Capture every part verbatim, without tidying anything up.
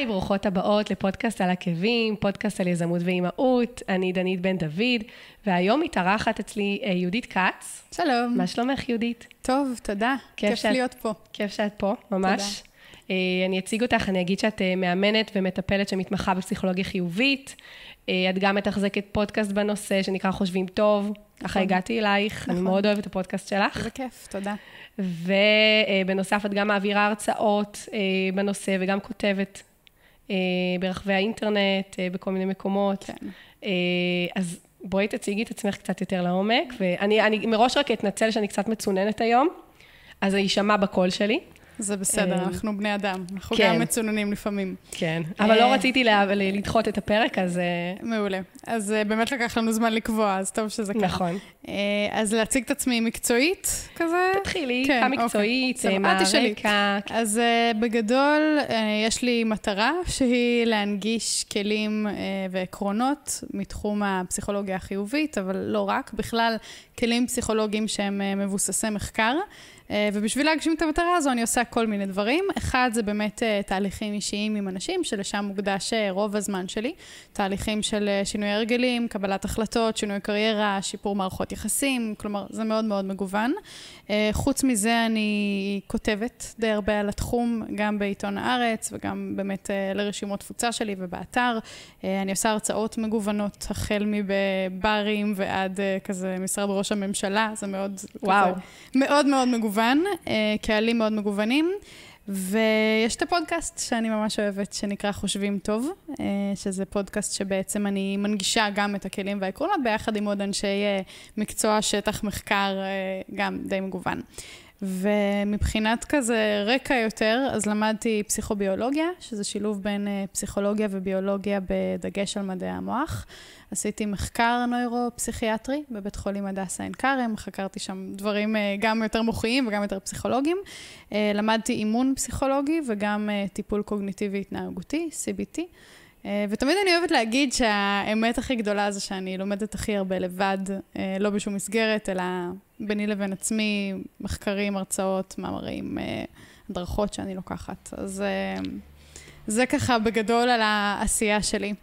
היי, ברוכות הבאות לפודקאסט על עקבים, פודקאסט על יזמות ואימהות. אני דנית בן דוד, והיום מתארחת אצלי יהודית כץ. שלום. מה שלומך, יהודית? טוב, תודה. כיף, כיף שאת, להיות פה. כיף שאת פה, ממש. תודה. אני אציג אותך, אני אגיד שאת מאמנת ומטפלת שמתמחה בפסיכולוגיה חיובית. את גם מתחזקת פודקאסט בנושא שנקרא חושבים טוב. ככה הגעתי אלייך, נכון. אני מאוד אוהבת את הפודקאסט שלך. זה כיף, תודה. ובנוסף את גם מעבירה הרצאות בנושא וגם כותבת ברחבי האינטרנט, בכל מיני מקומות. כן. אז בואי תציגי את עצמך קצת יותר לעומק, ואני אני מראש רק אתנצל שאני קצת מצוננת היום, אז זה יישמע בקול שלי. זה בסדר, אנחנו בני אדם, אנחנו גם מצוננים לפעמים. כן, אבל לא רציתי לדחות את הפרק, אז... מעולה. אז באמת לקח לנו זמן לקבוע, אז טוב שזה ככה. נכון. אז להציג את עצמי מקצועית כזה? תתחילי, כמקצועית, מה הרקע. אז בגדול, יש לי מטרה שהיא להנגיש כלים ועקרונות מתחום הפסיכולוגיה החיובית, אבל לא רק, בכלל כלים פסיכולוגיים שהם מבוססי מחקר. ובשביל להגשים את המטרה הזו אני עושה כל מיני דברים. אחד זה באמת תהליכים אישיים עם אנשים, שלשם מוקדש רוב הזמן שלי. תהליכים של שינוי הרגלים, קבלת החלטות, שינוי קריירה, שיפור מערכות יחסים, כלומר זה מאוד מאוד מגוון. חוץ מזה אני כותבת די הרבה על התחום, גם בעיתון הארץ וגם באמת לרשימות תפוצה שלי ובאתר. אני עושה הרצאות מגוונות, החל מברים ועד כזה משרד ראש הממשלה, זה מאוד, וואו. כזה, מאוד מאוד מגוון, קהלים מאוד מגוונים. ויש את הפודקאסט שאני ממש אוהבת, שנקרא חושבים טוב, שזה פודקאסט שבעצם אני מנגישה גם את הכלים והעקרונות, ביחד עם עוד אנשי מקצוע, שטח מחקר, גם די מגוון. ומבחינת כזה רקע יותר, אז למדתי פסיכוביולוגיה, שזה שילוב בין פסיכולוגיה וביולוגיה בדגש על מדעי המוח. עשיתי מחקר נוירו-פסיכיאטרי בבית חולים הדסה עין כרם, חקרתי שם דברים גם יותר מוחיים וגם יותר פסיכולוגיים. למדתי אימון פסיכולוגי וגם טיפול קוגניטיבי התנהגותי, סי בי טי. ותמיד אני אוהבת להגיד שהאמת הכי גדולה זה שאני לומדת הכי הרבה לבד, לא בשום מסגרת, אלא ביני לבין עצמי, מחקרים, הרצאות, מאמרים, הדרכות שאני לוקחת. אז זה ככה בגדול על העשייה שלי.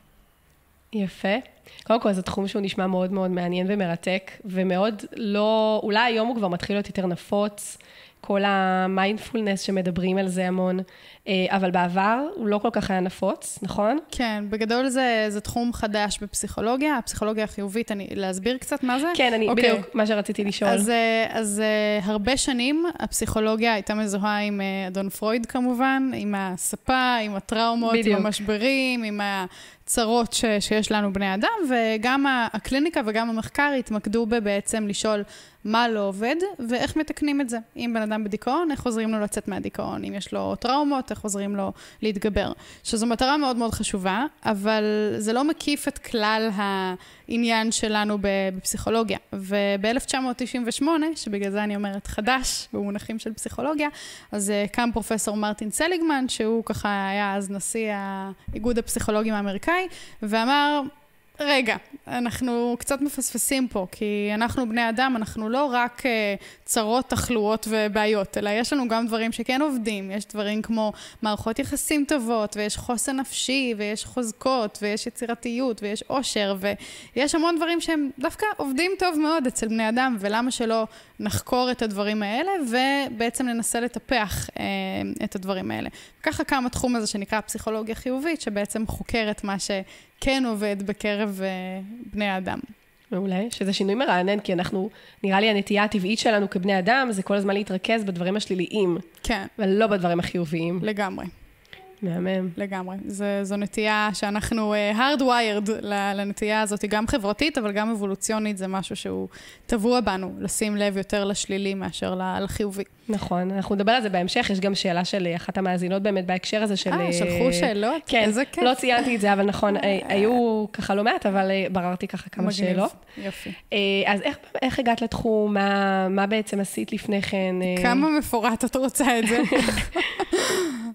יפה. קודם כל, זה תחום שהוא נשמע מאוד מאוד מעניין ומרתק, ומאוד לא, אולי היום הוא כבר מתחיל להיות יותר נפוץ, כל המיינדפולנס שמדברים על זה המון, אבל בעבר הוא לא כל כך היה נפוץ, נכון? כן, בגדול זה, זה תחום חדש בפסיכולוגיה, הפסיכולוגיה החיובית, אני, להסביר קצת מה זה? כן, אני, okay. בדיוק, מה שרציתי לשאול. אז, אז הרבה שנים הפסיכולוגיה הייתה מזוהה עם אדון פרויד כמובן, עם הספה, עם הטראומות, בדיוק. עם המשברים, עם הצרות ש, שיש לנו בני אדם, וגם הקליניקה וגם המחקר התמקדו בעצם לשאול מה לא עובד, ואיך מתקנים את זה. אם בן אדם בדיכאון, איך עוזרים לו לצאת מהדיכאון? אם יש לו טראומות, איך עוזרים לו להתגבר? שזו מטרה מאוד מאוד חשובה, אבל זה לא מקיף את כלל העניין שלנו בפסיכולוגיה. וב-אלף תשע מאות תשעים ושמונה, שבגלל זה אני אומרת חדש, במונחים של פסיכולוגיה, אז קם פרופסור מרטין סליגמן, שהוא ככה היה אז נשיא האיגוד הפסיכולוגים האמריקאי, ואמר, רגע, אנחנו קצת מפספסים פה, כי אנחנו בני אדם, אנחנו לא רק uh, צרות, תחלואות ובעיות, אלא יש לנו גם דברים שכן עובדים, יש דברים כמו מערכות יחסים טובות, ויש חוסן נפשי, ויש חוזקות, ויש יצירתיות, ויש עושר, ויש המון דברים שהם דווקא עובדים טוב מאוד אצל בני אדם, ולמה שלא נחקור את הדברים האלה, ובעצם ננסה לטפח uh, את הדברים האלה. וככה קם התחום הזה שנקרא פסיכולוגיה חיובית, שבעצם חוקר את מה ש... כן עובד בקרב בני האדם. מעולה, שזה שינוי מרענן, כי אנחנו, נראה לי הנטייה הטבעית שלנו כבני אדם, זה כל הזמן להתרכז בדברים השליליים. כן. ולא בדברים החיוביים. לגמרי. מהמם. לגמרי. זה, זו נטייה שאנחנו uh, hardwired לנטייה הזאת, גם חברתית, אבל גם אבולוציונית, זה משהו שהוא טבוע בנו, לשים לב יותר לשלילי מאשר לחיובי. נכון, אנחנו נדבר על זה בהמשך, יש גם שאלה של אחת המאזינות באמת בהקשר הזה של... אה, שלחו שאלות? כן, איזה כיף. לא ציינתי את זה, אבל נכון, היו ככה לא מעט, אבל בררתי ככה כמה מגניב. שאלות. יופי. אז איך, איך הגעת לתחום? מה, מה בעצם עשית לפני כן? כמה מפורט את רוצה את זה?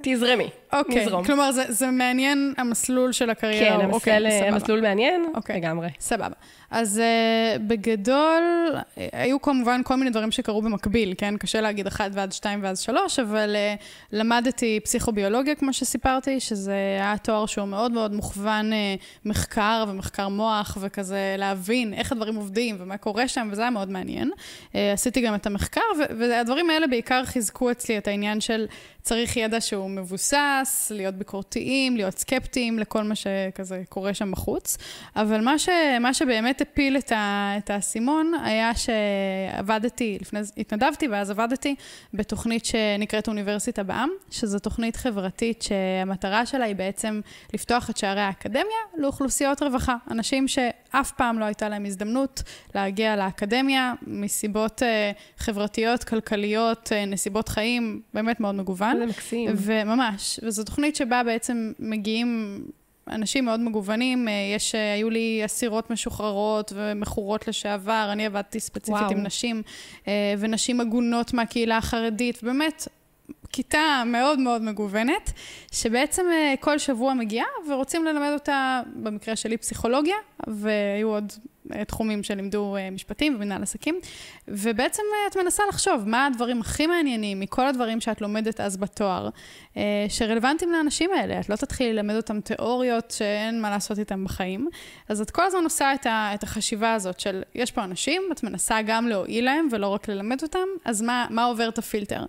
תזרמי, אוקיי, נזרום. כלומר, זה, זה מעניין המסלול של הקריירה. כן, המסלול, אוקיי, המסלול מעניין, אוקיי. לגמרי. סבבה. אז uh, בגדול, היו כמובן כל מיני דברים שקרו במקביל, כן? קשה להגיד אחד ועד שתיים ועד שלוש, אבל uh, למדתי פסיכוביולוגיה, כמו שסיפרתי, שזה היה תואר שהוא מאוד מאוד מוכוון uh, מחקר ומחקר מוח, וכזה להבין איך הדברים עובדים ומה קורה שם, וזה היה מאוד מעניין. Uh, עשיתי גם את המחקר, ו- והדברים האלה בעיקר חיזקו אצלי את העניין של צריך ידע שהוא מבוסס, להיות ביקורתיים, להיות סקפטיים לכל מה שכזה קורה שם בחוץ. אבל מה, ש, מה שבאמת הפיל את, ה, את הסימון היה שעבדתי, לפני, התנדבתי ואז עבדתי בתוכנית שנקראת אוניברסיטה בעם, שזו תוכנית חברתית שהמטרה שלה היא בעצם לפתוח את שערי האקדמיה לאוכלוסיות רווחה. אנשים שאף פעם לא הייתה להם הזדמנות להגיע לאקדמיה מסיבות חברתיות, כלכליות, נסיבות חיים, באמת מאוד מגוון. זה מקסים. וממש, וזו תוכנית שבה בעצם מגיעים אנשים מאוד מגוונים, יש, היו לי אסירות משוחררות ומחורות לשעבר, אני עבדתי ספציפית וואו. עם נשים, ונשים עגונות מהקהילה החרדית, ובאמת, כיתה מאוד מאוד מגוונת, שבעצם כל שבוע מגיעה, ורוצים ללמד אותה, במקרה שלי, פסיכולוגיה, והיו עוד תחומים שלימדו משפטים ומנהל עסקים, ובעצם את מנסה לחשוב מה הדברים הכי מעניינים מכל הדברים שאת לומדת אז בתואר, שרלוונטיים לאנשים האלה. את לא תתחילי ללמד אותם תיאוריות שאין מה לעשות איתם בחיים, אז את כל הזמן עושה את, ה, את החשיבה הזאת של יש פה אנשים, את מנסה גם להועיל להם ולא רק ללמד אותם, אז מה, מה עובר את הפילטר?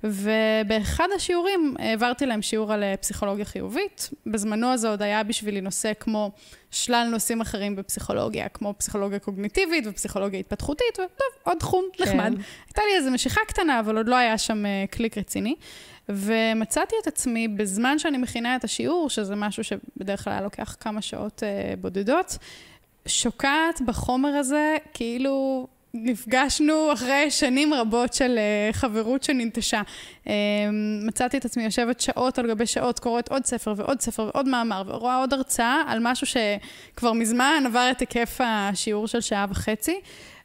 ובאחד השיעורים העברתי להם שיעור על פסיכולוגיה חיובית, בזמנו הזה עוד היה בשבילי נושא כמו שלל נושאים אחרים בפסיכולוגיה, כמו פסיכולוגיה קוגניטיבית ופסיכולוגיה התפתחותית, וטוב, עוד תחום כן. נחמד. הייתה לי איזו משיכה קטנה, אבל עוד לא היה שם uh, קליק רציני. ומצאתי את עצמי בזמן שאני מכינה את השיעור, שזה משהו שבדרך כלל לוקח כמה שעות uh, בודדות, שוקעת בחומר הזה, כאילו נפגשנו אחרי שנים רבות של uh, חברות שננטשה. Um, מצאתי את עצמי יושבת שעות על גבי שעות, קוראת עוד ספר ועוד ספר ועוד מאמר, ורואה עוד הרצאה על משהו שכבר מזמן עבר את היקף השיעור של שעה וחצי,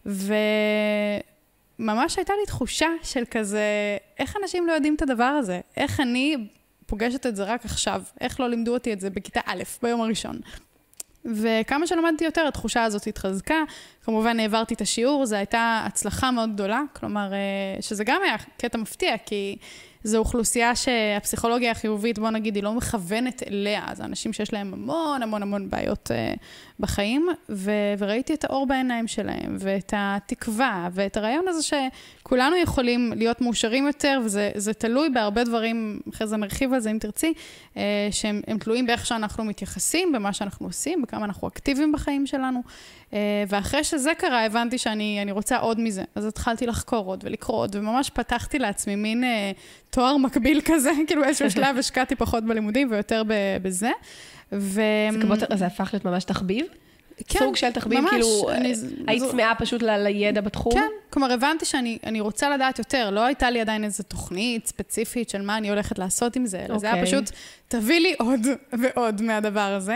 וממש הייתה לי תחושה של כזה, איך אנשים לא יודעים את הדבר הזה? איך אני פוגשת את זה רק עכשיו? איך לא לימדו אותי את זה בכיתה א', ביום הראשון? וכמה שלמדתי יותר, התחושה הזאת התחזקה. כמובן, העברתי את השיעור, זו הייתה הצלחה מאוד גדולה, כלומר, שזה גם היה קטע מפתיע, כי זו אוכלוסייה שהפסיכולוגיה החיובית, בוא נגיד, היא לא מכוונת אליה, זה אנשים שיש להם המון המון המון בעיות בחיים, ו- וראיתי את האור בעיניים שלהם, ואת התקווה, ואת הרעיון הזה שכולנו יכולים להיות מאושרים יותר, וזה זה תלוי בהרבה דברים, אחרי זה נרחיב על זה אם תרצי, שהם הם תלויים באיך שאנחנו מתייחסים, במה שאנחנו עושים, בכמה אנחנו אקטיביים בחיים שלנו, ואחרי שזה קרה, הבנתי שאני אני רוצה עוד מזה. אז התחלתי לחקור עוד ולקרוא עוד, וממש פתחתי לעצמי מין אה, תואר מקביל כזה, כאילו איזשהו שלב השקעתי פחות בלימודים ויותר בזה. ו... זה כמו, זה הפך להיות ממש תחביב? כן, סוג של תחביב, ממש, כאילו, אני, היית זו... צמאה פשוט ל, לידע בתחום? כן, כלומר, הבנתי שאני אני רוצה לדעת יותר, לא הייתה לי עדיין איזו תוכנית ספציפית של מה אני הולכת לעשות עם זה, אלא זה היה פשוט, תביא לי עוד ועוד מהדבר הזה.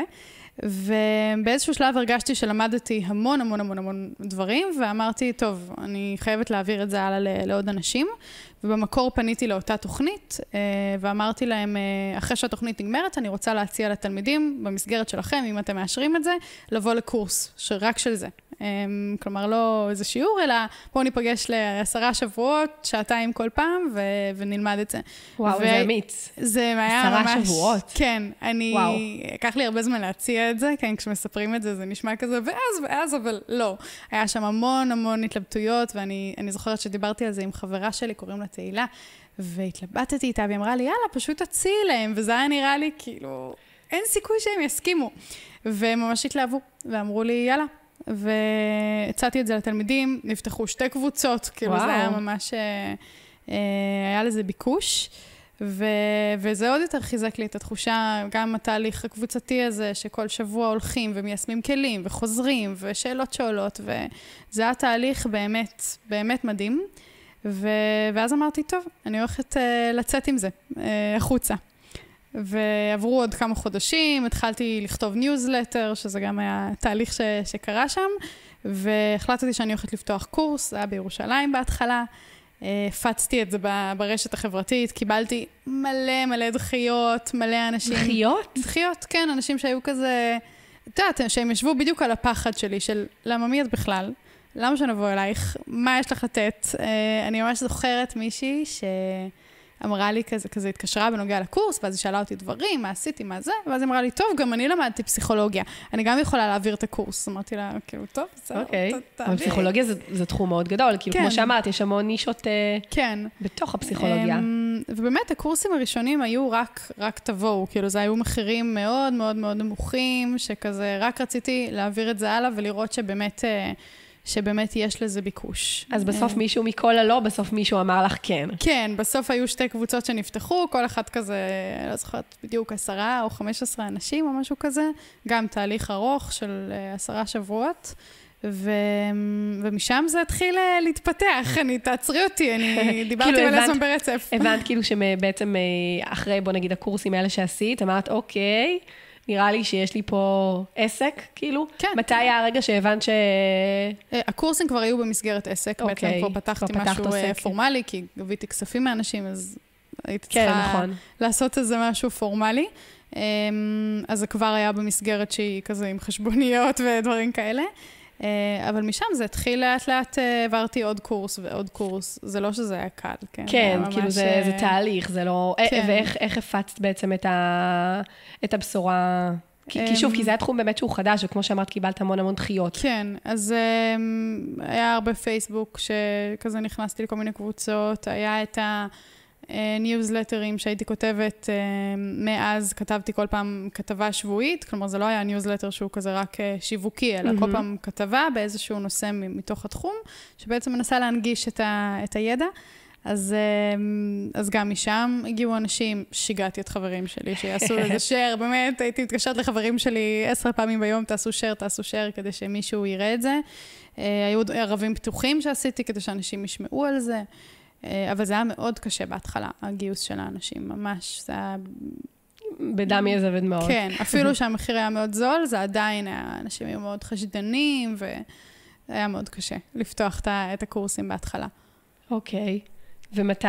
ובאיזשהו שלב הרגשתי שלמדתי המון המון המון המון דברים, ואמרתי, טוב, אני חייבת להעביר את זה הלאה לעוד אנשים, ובמקור פניתי לאותה תוכנית, ואמרתי להם, אחרי שהתוכנית נגמרת, אני רוצה להציע לתלמידים, במסגרת שלכם, אם אתם מאשרים את זה, לבוא לקורס, שרק של זה. כלומר, לא איזה שיעור, אלא בואו ניפגש לעשרה שבועות, שעתיים כל פעם, ו- ונלמד את זה. וואו, ו- זה אמיץ. זה היה עשרה ממש... שבועות. כן, אני... לקח לי הרבה זמן להציע את זה, כן, כשמספרים את זה, זה נשמע כזה, ואז, ואז, אבל לא. היה שם המון המון התלבטויות, ואני אני זוכרת שדיברתי על זה עם חברה שלי, קוראים לה תהילה, והתלבטתי איתה, והיא אמרה לי, יאללה, פשוט תציעי להם, וזה היה נראה לי, כאילו, אין סיכוי שהם יסכימו. וממש התלהבו, ואמרו לי, יאללה. והצעתי את זה לתלמידים, נפתחו שתי קבוצות, כאילו וואו. זה היה ממש, אה, היה לזה ביקוש, ו, וזה עוד יותר חיזק לי את התחושה, גם התהליך הקבוצתי הזה, שכל שבוע הולכים ומיישמים כלים וחוזרים, ושאלות שעולות, וזה היה תהליך באמת, באמת מדהים, ו, ואז אמרתי, טוב, אני הולכת אה, לצאת עם זה, אה, החוצה. ועברו עוד כמה חודשים, התחלתי לכתוב ניוזלטר, שזה גם היה תהליך ש, שקרה שם, והחלטתי שאני הולכת לפתוח קורס, זה היה בירושלים בהתחלה, הפצתי את זה ברשת החברתית, קיבלתי מלא מלא דחיות, מלא אנשים. דחיות? דחיות, כן, אנשים שהיו כזה, את יודעת, שהם ישבו בדיוק על הפחד שלי, של למה מי את בכלל? למה שנבוא אלייך? מה יש לך לתת? אני ממש זוכרת מישהי ש... אמרה לי כזה, כזה התקשרה בנוגע לקורס, ואז היא שאלה אותי דברים, מה עשיתי, מה זה, ואז היא אמרה לי, טוב, גם אני למדתי פסיכולוגיה, אני גם יכולה להעביר את הקורס. אמרתי לה, כאילו, טוב, בסדר, תעביר. אבל פסיכולוגיה זה תחום מאוד גדול, כאילו, כמו שאמרת, יש המון נישות בתוך הפסיכולוגיה. ובאמת, הקורסים הראשונים היו רק תבואו, כאילו, זה היו מחירים מאוד מאוד מאוד נמוכים, שכזה, רק רציתי להעביר את זה הלאה, ולראות שבאמת... שבאמת יש לזה ביקוש. אז בסוף מישהו מכל הלא, בסוף מישהו אמר לך כן. כן, בסוף היו שתי קבוצות שנפתחו, כל אחד כזה, לא זוכרת בדיוק עשרה או חמש עשרה אנשים או משהו כזה, גם תהליך ארוך של עשרה שבועות, ו... ומשם זה התחיל להתפתח, אני תעצרי אותי, אני דיברתי על הזמן ברצף. הבנת כאילו שבעצם אחרי, בוא נגיד, הקורסים האלה שעשית, אמרת, אוקיי, נראה לי שיש לי פה עסק, כאילו. כן. מתי היה הרגע שהבנת ש... הקורסים כבר היו במסגרת עסק, okay. בעצם כבר פתחתי כבר משהו עסק. פורמלי, כי גביתי כספים מאנשים, אז הייתי צריכה כן, נכון. לעשות איזה משהו פורמלי. אז זה כבר היה במסגרת שהיא כזה עם חשבוניות ודברים כאלה. אבל משם זה התחיל לאט לאט, עברתי עוד קורס ועוד קורס, זה לא שזה היה קל, כן? כן, כאילו זה, זה תהליך, זה לא... כן. ואיך איך הפצת בעצם את, ה, את הבשורה? כי, כי שוב, כי זה התחום באמת שהוא חדש, וכמו שאמרת, קיבלת המון המון דחיות. כן, אז היה הרבה פייסבוק, שכזה נכנסתי לכל מיני קבוצות, היה את ה... ניוזלטרים שהייתי כותבת, מאז כתבתי כל פעם כתבה שבועית, כלומר זה לא היה ניוזלטר שהוא כזה רק שיווקי, אלא כל פעם כתבה באיזשהו נושא מתוך התחום, שבעצם מנסה להנגיש את, ה, את הידע. אז, אז גם משם הגיעו אנשים, שיגעתי את חברים שלי, שיעשו איזה share, באמת הייתי מתקשרת לחברים שלי עשר פעמים ביום, תעשו share, תעשו share, כדי שמישהו יראה את זה. היו ערבים פתוחים שעשיתי, כדי שאנשים ישמעו על זה. אבל זה היה מאוד קשה בהתחלה, הגיוס של האנשים, ממש, זה היה... בדם יזע ודמעות. כן, אפילו שהמחיר היה מאוד זול, זה עדיין, האנשים היו מאוד חשדנים, והיה מאוד קשה לפתוח את הקורסים בהתחלה. אוקיי, ומתי,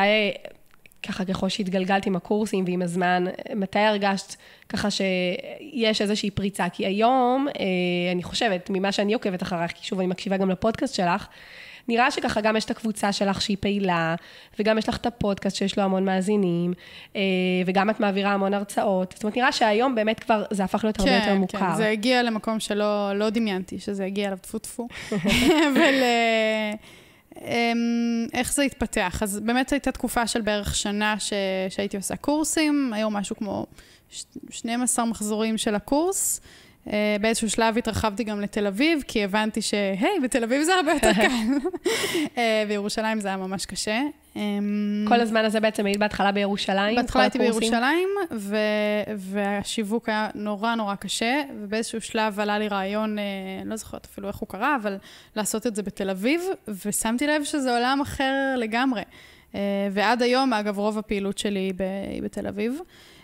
ככה ככל שהתגלגלת עם הקורסים ועם הזמן, מתי הרגשת ככה שיש איזושהי פריצה? כי היום, אני חושבת, ממה שאני עוקבת אחריך, כי שוב אני מקשיבה גם לפודקאסט שלך, נראה שככה גם יש את הקבוצה שלך שהיא פעילה, וגם יש לך את הפודקאסט שיש לו המון מאזינים, וגם את מעבירה המון הרצאות. זאת אומרת, נראה שהיום באמת כבר זה הפך להיות הרבה יותר מוכר. כן, זה הגיע למקום שלא לא דמיינתי, שזה הגיע אליו טפו טפו. אבל איך זה התפתח? אז באמת הייתה תקופה של בערך שנה שהייתי עושה קורסים, היום משהו כמו שנים עשר מחזורים של הקורס, באיזשהו שלב התרחבתי גם לתל אביב, כי הבנתי שהי, בתל אביב זה הרבה יותר קל. בירושלים זה היה ממש קשה. כל הזמן הזה בעצם היית בהתחלה בירושלים? בהתחלה הייתי בירושלים, והשיווק היה נורא נורא קשה, ובאיזשהו שלב עלה לי רעיון, לא זוכרת אפילו איך הוא קרה, אבל לעשות את זה בתל אביב, ושמתי לב שזה עולם אחר לגמרי. ועד היום, אגב, רוב הפעילות שלי היא בתל אביב.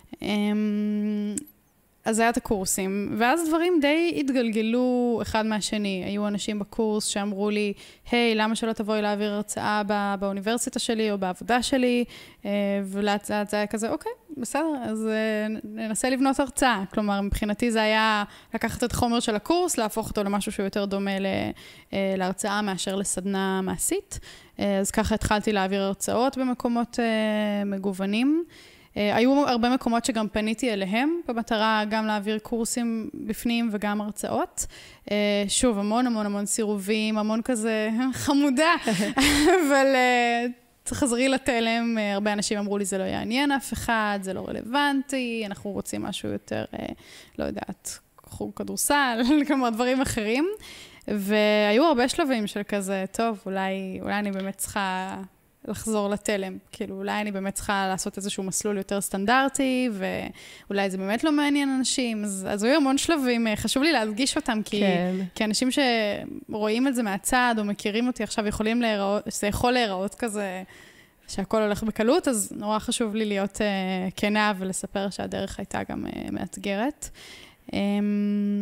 אז היה את הקורסים, ואז דברים די התגלגלו אחד מהשני. היו אנשים בקורס שאמרו לי, היי, למה שלא תבואי להעביר הרצאה בא, באוניברסיטה שלי או בעבודה שלי? ולאט לאט זה היה כזה, אוקיי, בסדר, אז ננסה לבנות הרצאה. כלומר, מבחינתי זה היה לקחת את חומר של הקורס, להפוך אותו למשהו שהוא יותר דומה להרצאה מאשר לסדנה מעשית. אז ככה התחלתי להעביר הרצאות במקומות מגוונים. היו הרבה מקומות שגם פניתי אליהם, במטרה גם להעביר קורסים בפנים וגם הרצאות. שוב, המון המון המון סירובים, המון כזה חמודה, אבל חזרי לתלם, הרבה אנשים אמרו לי, זה לא יעניין אף אחד, זה לא רלוונטי, אנחנו רוצים משהו יותר, לא יודעת, חוג כדורסל, כלומר דברים אחרים. והיו הרבה שלבים של כזה, טוב, אולי, אולי אני באמת צריכה... לחזור לתלם, כאילו אולי אני באמת צריכה לעשות איזשהו מסלול יותר סטנדרטי, ואולי זה באמת לא מעניין אנשים, אז, אז היו המון שלבים, חשוב לי להדגיש אותם, כי, כן. כי אנשים שרואים את זה מהצד, או מכירים אותי עכשיו, יכולים להיראות, זה יכול להיראות כזה, שהכל הולך בקלות, אז נורא חשוב לי להיות uh, כנה, ולספר שהדרך הייתה גם uh, מאתגרת. Um,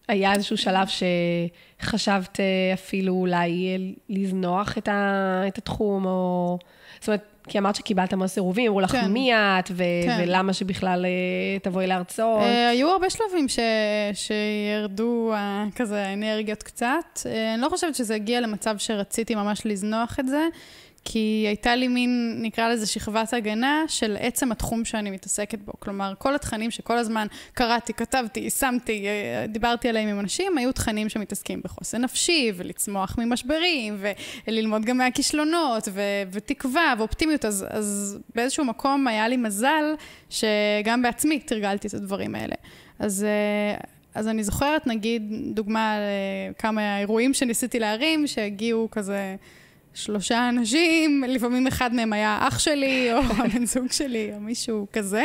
היה איזשהו שלב שחשבת אפילו אולי לזנוח את, ה, את התחום, או... זאת אומרת, כי אמרת שקיבלת המון סירובים, אמרו לך כן. מי את, ו- כן. ולמה שבכלל תבואי להרצות? היו הרבה שלבים ש- שירדו כזה האנרגיות קצת. אני לא חושבת שזה הגיע למצב שרציתי ממש לזנוח את זה, כי הייתה לי מין, נקרא לזה שכבת הגנה, של עצם התחום שאני מתעסקת בו. כלומר, כל התכנים שכל הזמן קראתי, כתבתי, שמתי, דיברתי עליהם עם אנשים, היו תכנים שמתעסקים בחוסן נפשי, ולצמוח ממשברים, וללמוד גם מהכישלונות, ו- ותקווה, ואופטימיות. אז, אז באיזשהו מקום היה לי מזל, שגם בעצמי תרגלתי את הדברים האלה. אז... אז אני זוכרת, נגיד, דוגמה לכמה אירועים שניסיתי להרים, שהגיעו כזה... שלושה אנשים, לפעמים אחד מהם היה אח שלי, או הבן זוג שלי, או מישהו כזה.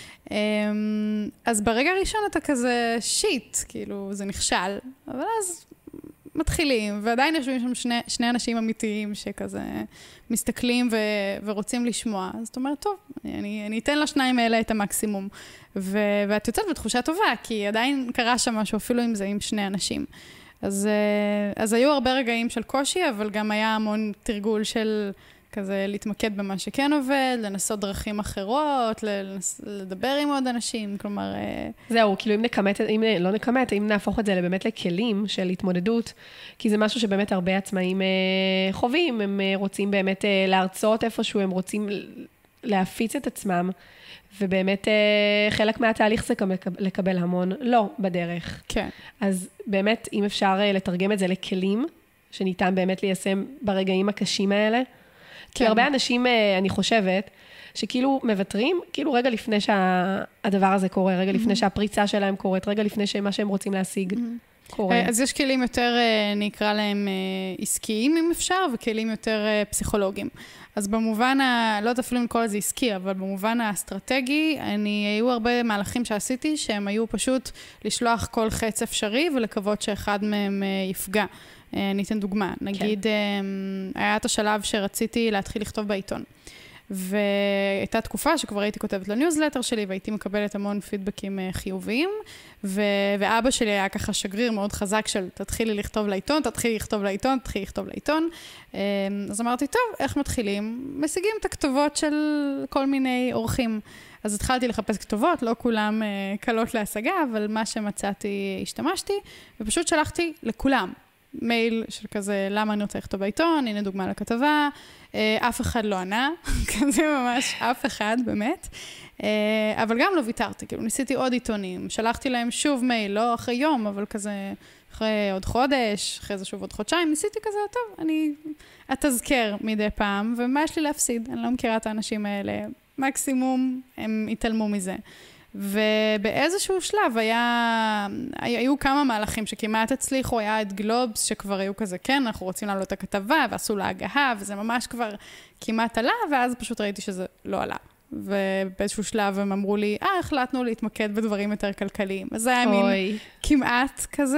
אז ברגע הראשון אתה כזה שיט, כאילו זה נכשל, אבל אז מתחילים, ועדיין יושבים שם שני, שני אנשים אמיתיים שכזה מסתכלים ו, ורוצים לשמוע. אז אתה אומר, טוב, אני, אני אתן לשניים האלה את המקסימום. ו, ואת יוצאת בתחושה טובה, כי עדיין קרה שם משהו, אפילו אם זה עם שני אנשים. אז, אז היו הרבה רגעים של קושי, אבל גם היה המון תרגול של כזה להתמקד במה שכן עובד, לנסות דרכים אחרות, לנס, לדבר עם עוד אנשים, כלומר... זהו, כאילו אם נקמת, אם לא נקמת, אם נהפוך את זה באמת לכלים של התמודדות, כי זה משהו שבאמת הרבה עצמאים חווים, הם רוצים באמת להרצות איפשהו, הם רוצים להפיץ את עצמם, ובאמת חלק מהתהליך זה לקבל המון לא בדרך. כן. אז באמת, אם אפשר לתרגם את זה לכלים, שניתן באמת ליישם ברגעים הקשים האלה, כן. כי הרבה אנשים, אני חושבת, שכאילו מבטרים, כאילו רגע לפני שהדבר הזה קורה, רגע לפני שהפריצה שלהם קורית, רגע לפני שמה שהם רוצים להשיג קורה. אז יש כלים יותר, נקרא להם עסקיים אם אפשר, וכלים יותר פסיכולוגיים. אז במובן, ה... לא יודעת אפילו אם כל זה עסקי, אבל במובן האסטרטגי, אני, היו הרבה מהלכים שעשיתי, שהם היו פשוט לשלוח כל חץ אפשרי, ולקוות שאחד מהם יפגע. אני אתן דוגמה. נגיד, כן. היה את השלב שרציתי להתחיל לכתוב בעיתון. והייתה תקופה שכבר הייתי כותבת לניוזלטר שלי, והייתי מקבלת המון פידבקים חיוביים, ו... ואבא שלי היה ככה שגריר מאוד חזק של תתחילי לכתוב לעיתון, תתחילי לכתוב לעיתון, תתחילי לכתוב לעיתון. אז אמרתי, טוב, איך מתחילים? משיגים את הכתובות של כל מיני אורחים. אז התחלתי לחפש כתובות, לא כולם קלות להשגה, אבל מה שמצאתי השתמשתי, ופשוט שלחתי לכולם. מייל של כזה, למה אני רוצה לכתוב בעיתון, הנה דוגמה לכתבה, אף אחד לא ענה, כזה ממש אף אחד, באמת, אבל גם לא ויתרתי, כאילו ניסיתי עוד עיתונים, שלחתי להם שוב מייל, לא אחרי יום, אבל כזה אחרי עוד חודש, אחרי זה שוב עוד חודשיים, ניסיתי כזה, טוב, אני אתזכר מדי פעם, ומה יש לי להפסיד? אני לא מכירה את האנשים האלה, מקסימום הם התעלמו מזה. ובאיזשהו שלב היה, היו כמה מהלכים שכמעט הצליחו, היה את גלובס שכבר היו כזה, כן, אנחנו רוצים לעלות את הכתבה, ועשו לה הגהה, וזה ממש כבר כמעט עלה, ואז פשוט ראיתי שזה לא עלה. ובאיזשהו שלב הם אמרו לי, אה, החלטנו להתמקד בדברים יותר כלכליים. אז זה היה מין כמעט כזה.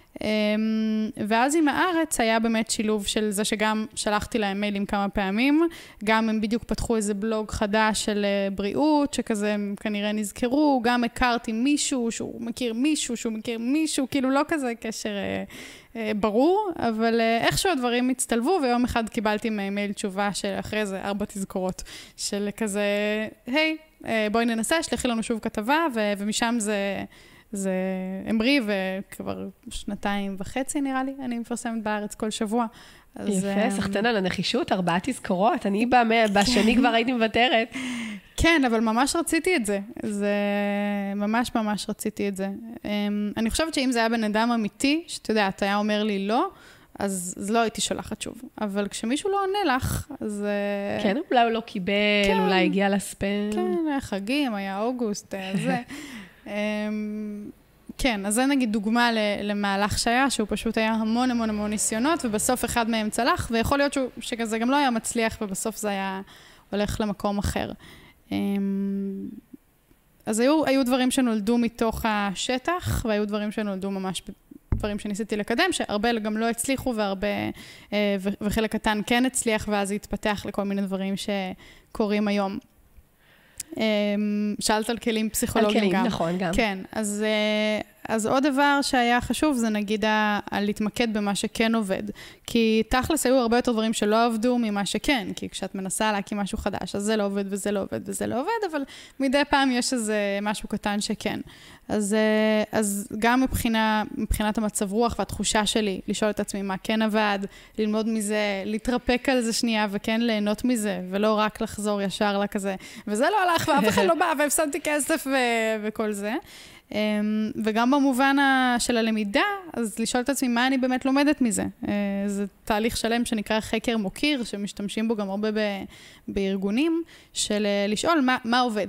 ואז עם הארץ היה באמת שילוב של זה שגם שלחתי להם מיילים כמה פעמים, גם הם בדיוק פתחו איזה בלוג חדש של בריאות, שכזה הם כנראה נזכרו, גם הכרתי מישהו שהוא מכיר מישהו, שהוא מכיר מישהו, כאילו לא כזה קשר ברור, אבל איכשהו הדברים הצטלבו, ויום אחד קיבלתי מייל תשובה של אחרי זה ארבע תזכורות, של כזה, היי, בואי ננסה, שלחי לנו שוב כתבה, ומשם זה... זה אמרי, וכבר שנתיים וחצי נראה לי, אני מפרסמת בארץ כל שבוע. יפה, סחטן על הנחישות, ארבעה תזכורות, אני בשני כבר הייתי מוותרת. כן, אבל ממש רציתי את זה, זה ממש ממש רציתי את זה. אני חושבת שאם זה היה בן אדם אמיתי, שאתה יודע, אתה היה אומר לי לא, אז, אז לא הייתי שולחת שוב. אבל כשמישהו לא עונה לך, אז... כן, אולי הוא לא קיבל, כן, אולי הגיע לספן. כן, היה חגים, היה אוגוסט, זה... כן, אז זה נגיד דוגמה למהלך שהיה, שהוא פשוט היה המון המון המון ניסיונות, ובסוף אחד מהם צלח, ויכול להיות שזה גם לא היה מצליח, ובסוף זה היה הולך למקום אחר. אז היו, היו דברים שנולדו מתוך השטח, והיו דברים שנולדו ממש דברים שניסיתי לקדם, שהרבה גם לא הצליחו, והרבה, וחלק קטן כן הצליח, ואז התפתח לכל מיני דברים שקורים היום. שאלת על כלים פסיכולוגיים גם. על כלים, נכון, גם. כן, אז, אז עוד דבר שהיה חשוב זה נגיד על להתמקד במה שכן עובד. כי תכלס היו הרבה יותר דברים שלא עבדו ממה שכן, כי כשאת מנסה להקים משהו חדש, אז זה לא עובד וזה לא עובד וזה לא עובד, אבל מדי פעם יש איזה משהו קטן שכן. אז, אז גם מבחינה, מבחינת המצב רוח והתחושה שלי, לשאול את עצמי מה כן עבד, ללמוד מזה, להתרפק על זה שנייה וכן ליהנות מזה, ולא רק לחזור ישר לכזה, וזה לא הלך ואף אחד לא בא והפסדתי כסף ו- וכל זה. וגם במובן של הלמידה, אז לשאול את עצמי מה אני באמת לומדת מזה. זה תהליך שלם שנקרא חקר מוקיר, שמשתמשים בו גם הרבה ב- בארגונים, של לשאול מה, מה עובד,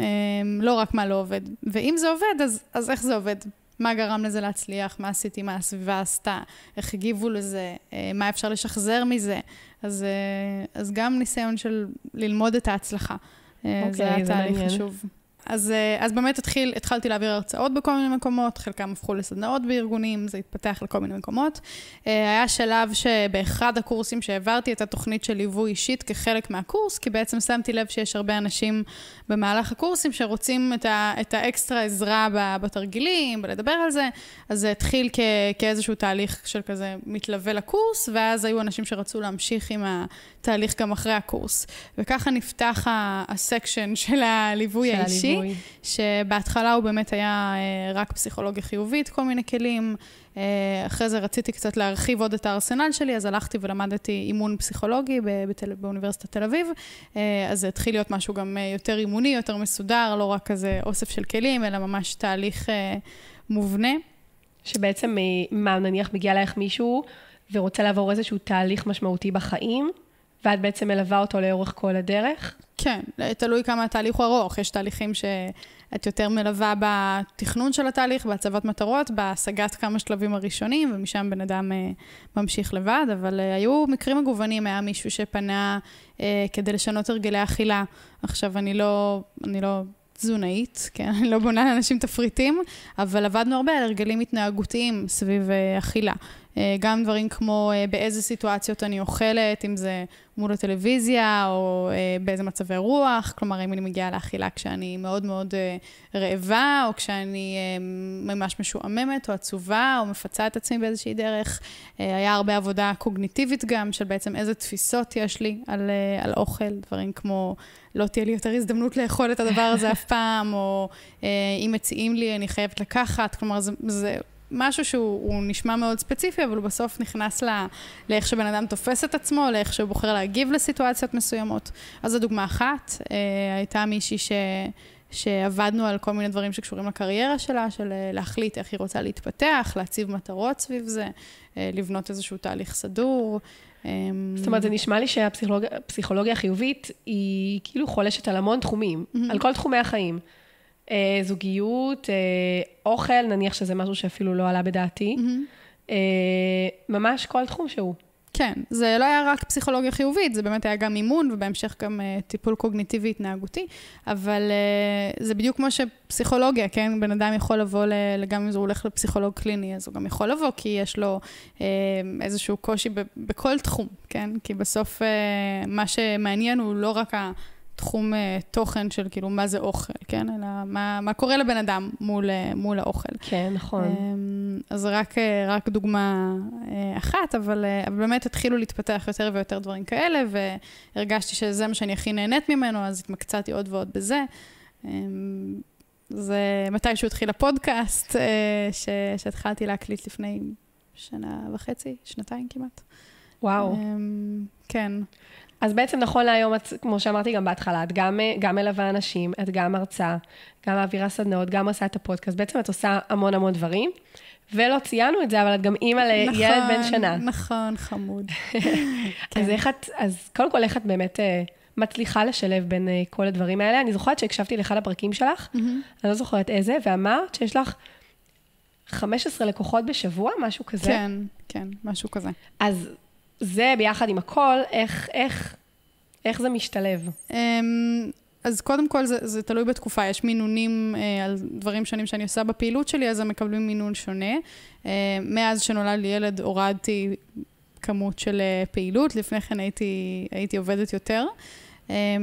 לא רק מה לא עובד. ואם זה עובד, אז, אז איך זה עובד? מה גרם לזה להצליח? מה עשיתי? מה הסביבה עשתה? איך הגיבו לזה? מה אפשר לשחזר מזה? אז, אז גם ניסיון של ללמוד את ההצלחה. Okay, זה היה תהליך חשוב. אז, אז באמת התחיל, התחלתי להעביר הרצאות בכל מיני מקומות, חלקם הפכו לסדנאות בארגונים, זה התפתח לכל מיני מקומות. היה שלב שבאחד הקורסים שהעברתי את התוכנית של ליווי אישית כחלק מהקורס, כי בעצם שמתי לב שיש הרבה אנשים במהלך הקורסים שרוצים את, ה, את האקסטרה עזרה בתרגילים, בלדבר על זה, אז זה התחיל כ, כאיזשהו תהליך של כזה מתלווה לקורס, ואז היו אנשים שרצו להמשיך עם התהליך גם אחרי הקורס. וככה נפתח הסקשן של הליווי האישי, שבהתחלה הוא באמת היה רק פסיכולוגיה חיובית, כל מיני כלים. אחרי זה רציתי קצת להרחיב עוד את הארסנל שלי, אז הלכתי ולמדתי אימון פסיכולוגי באוניברסיטת תל אביב. אז זה התחיל להיות משהו גם יותר אימוני, יותר מסודר, לא רק כזה אוסף של כלים, אלא ממש תהליך מובנה. שבעצם, מה, נניח מגיע לך מישהו ורוצה לעבור איזשהו תהליך משמעותי בחיים, ואת בעצם מלווה אותו לאורך כל הדרך? כן, תלוי כמה התהליך הוא ארוך. יש תהליכים שאת יותר מלווה בתכנון של התהליך, בהצבת מטרות, בהשגת כמה שלבים הראשונים, ומשם בן אדם ממשיך לבד, אבל היו מקרים מגוונים, היה מישהו שפנה כדי לשנות הרגלי אכילה. עכשיו, אני לא, אני לא תזונאית, כן? אני לא בונה לאנשים תפריטים, אבל עבדנו הרבה על הרגלים התנהגותיים סביב אכילה. גם דברים כמו באיזה סיטואציות אני אוכלת, אם זה מול הטלוויזיה או באיזה מצבי רוח, כלומר אם אני מגיעה לאכילה כשאני מאוד מאוד רעבה, או כשאני ממש משועממת או עצובה, או מפצה את עצמי באיזושהי דרך. היה הרבה עבודה קוגניטיבית גם, של בעצם איזה תפיסות יש לי על, על אוכל, דברים כמו לא תהיה לי יותר הזדמנות לאכול את הדבר הזה אף פעם, או אם מציעים לי אני חייבת לקחת, כלומר זה... זה משהו שהוא נשמע מאוד ספציפי, אבל הוא בסוף נכנס לה, לאיך שבן אדם תופס את עצמו, לאיך שהוא בוחר להגיב לסיטואציות מסוימות. אז זו דוגמה אחת. הייתה מישהי ש... שעבדנו על כל מיני דברים שקשורים לקריירה שלה, של להחליט איך היא רוצה להתפתח, להציב מטרות סביב זה, לבנות איזשהו תהליך סדור. זאת אומרת, זה נשמע לי שהפסיכולוגיה החיובית היא כאילו חולשת על המון תחומים, על כל תחומי החיים. זוגיות, אוכל, נניח שזה משהו שאפילו לא עלה בדעתי. ממש כל תחום שהוא. כן, זה לא היה רק פסיכולוגיה חיובית, זה באמת היה גם אימון, ובהמשך גם טיפול קוגניטיבי התנהגותי, אבל זה בדיוק כמו שפסיכולוגיה, כן? בן אדם יכול לבוא, גם אם הוא הולך לפסיכולוג קליני, אז הוא גם יכול לבוא, כי יש לו איזשהו קושי בכל תחום, כן? כי בסוף מה שמעניין הוא לא רק ה... תחום תוכן של כאילו מה זה אוכל, כן? אלא מה, מה קורה לבן אדם מול, מול האוכל. כן, נכון. אז רק, רק דוגמה אחת, אבל, אבל באמת התחילו להתפתח יותר ויותר דברים כאלה, והרגשתי שזה מה שאני הכי נהנית ממנו, אז התמקצעתי עוד ועוד בזה. זה מתישהו התחיל הפודקאסט, ש, שהתחלתי להקליט לפני שנה וחצי, שנתיים כמעט. וואו. כן. אז בעצם נכון להיום, כמו שאמרתי גם בהתחלה, את גם, גם מלווה אנשים, את גם מרצה, גם מעבירה סדנאות, גם עושה את הפודקאסט, בעצם את עושה המון המון דברים, ולא ציינו את זה, אבל את גם אימא לילד נכון, בן שנה. נכון, חמוד. כן. אז, איך את, אז קודם כל, איך את באמת מצליחה לשלב בין כל הדברים האלה? אני זוכרת שהקשבתי לאחד הפרקים שלך, mm-hmm. אני לא זוכרת איזה, ואמרת שיש לך חמש עשרה לקוחות בשבוע, משהו כזה. כן, כן, משהו כזה. אז... זה ביחד עם הכל, איך, איך, איך זה משתלב? אז קודם כל זה, זה תלוי בתקופה, יש מינונים על דברים שונים שאני עושה בפעילות שלי, אז הם מקבלים מינון שונה. מאז שנולד לי ילד הורדתי כמות של פעילות, לפני כן הייתי, הייתי עובדת יותר.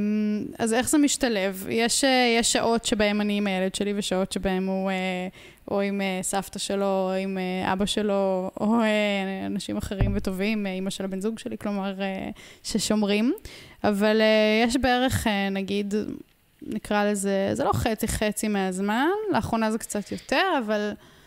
אז איך זה משתלב? יש, יש שעות שבהם אני עם הילד שלי, ושעות שבהם הוא, או עם סבתא שלו, או עם אבא שלו, או אנשים אחרים וטובים, אמא של הבן זוג שלי, כלומר, ששומרים. אבל יש בערך, נגיד, נקרא לזה, זה לא חצי חצי מהזמן, לאחרונה זה קצת יותר, אבל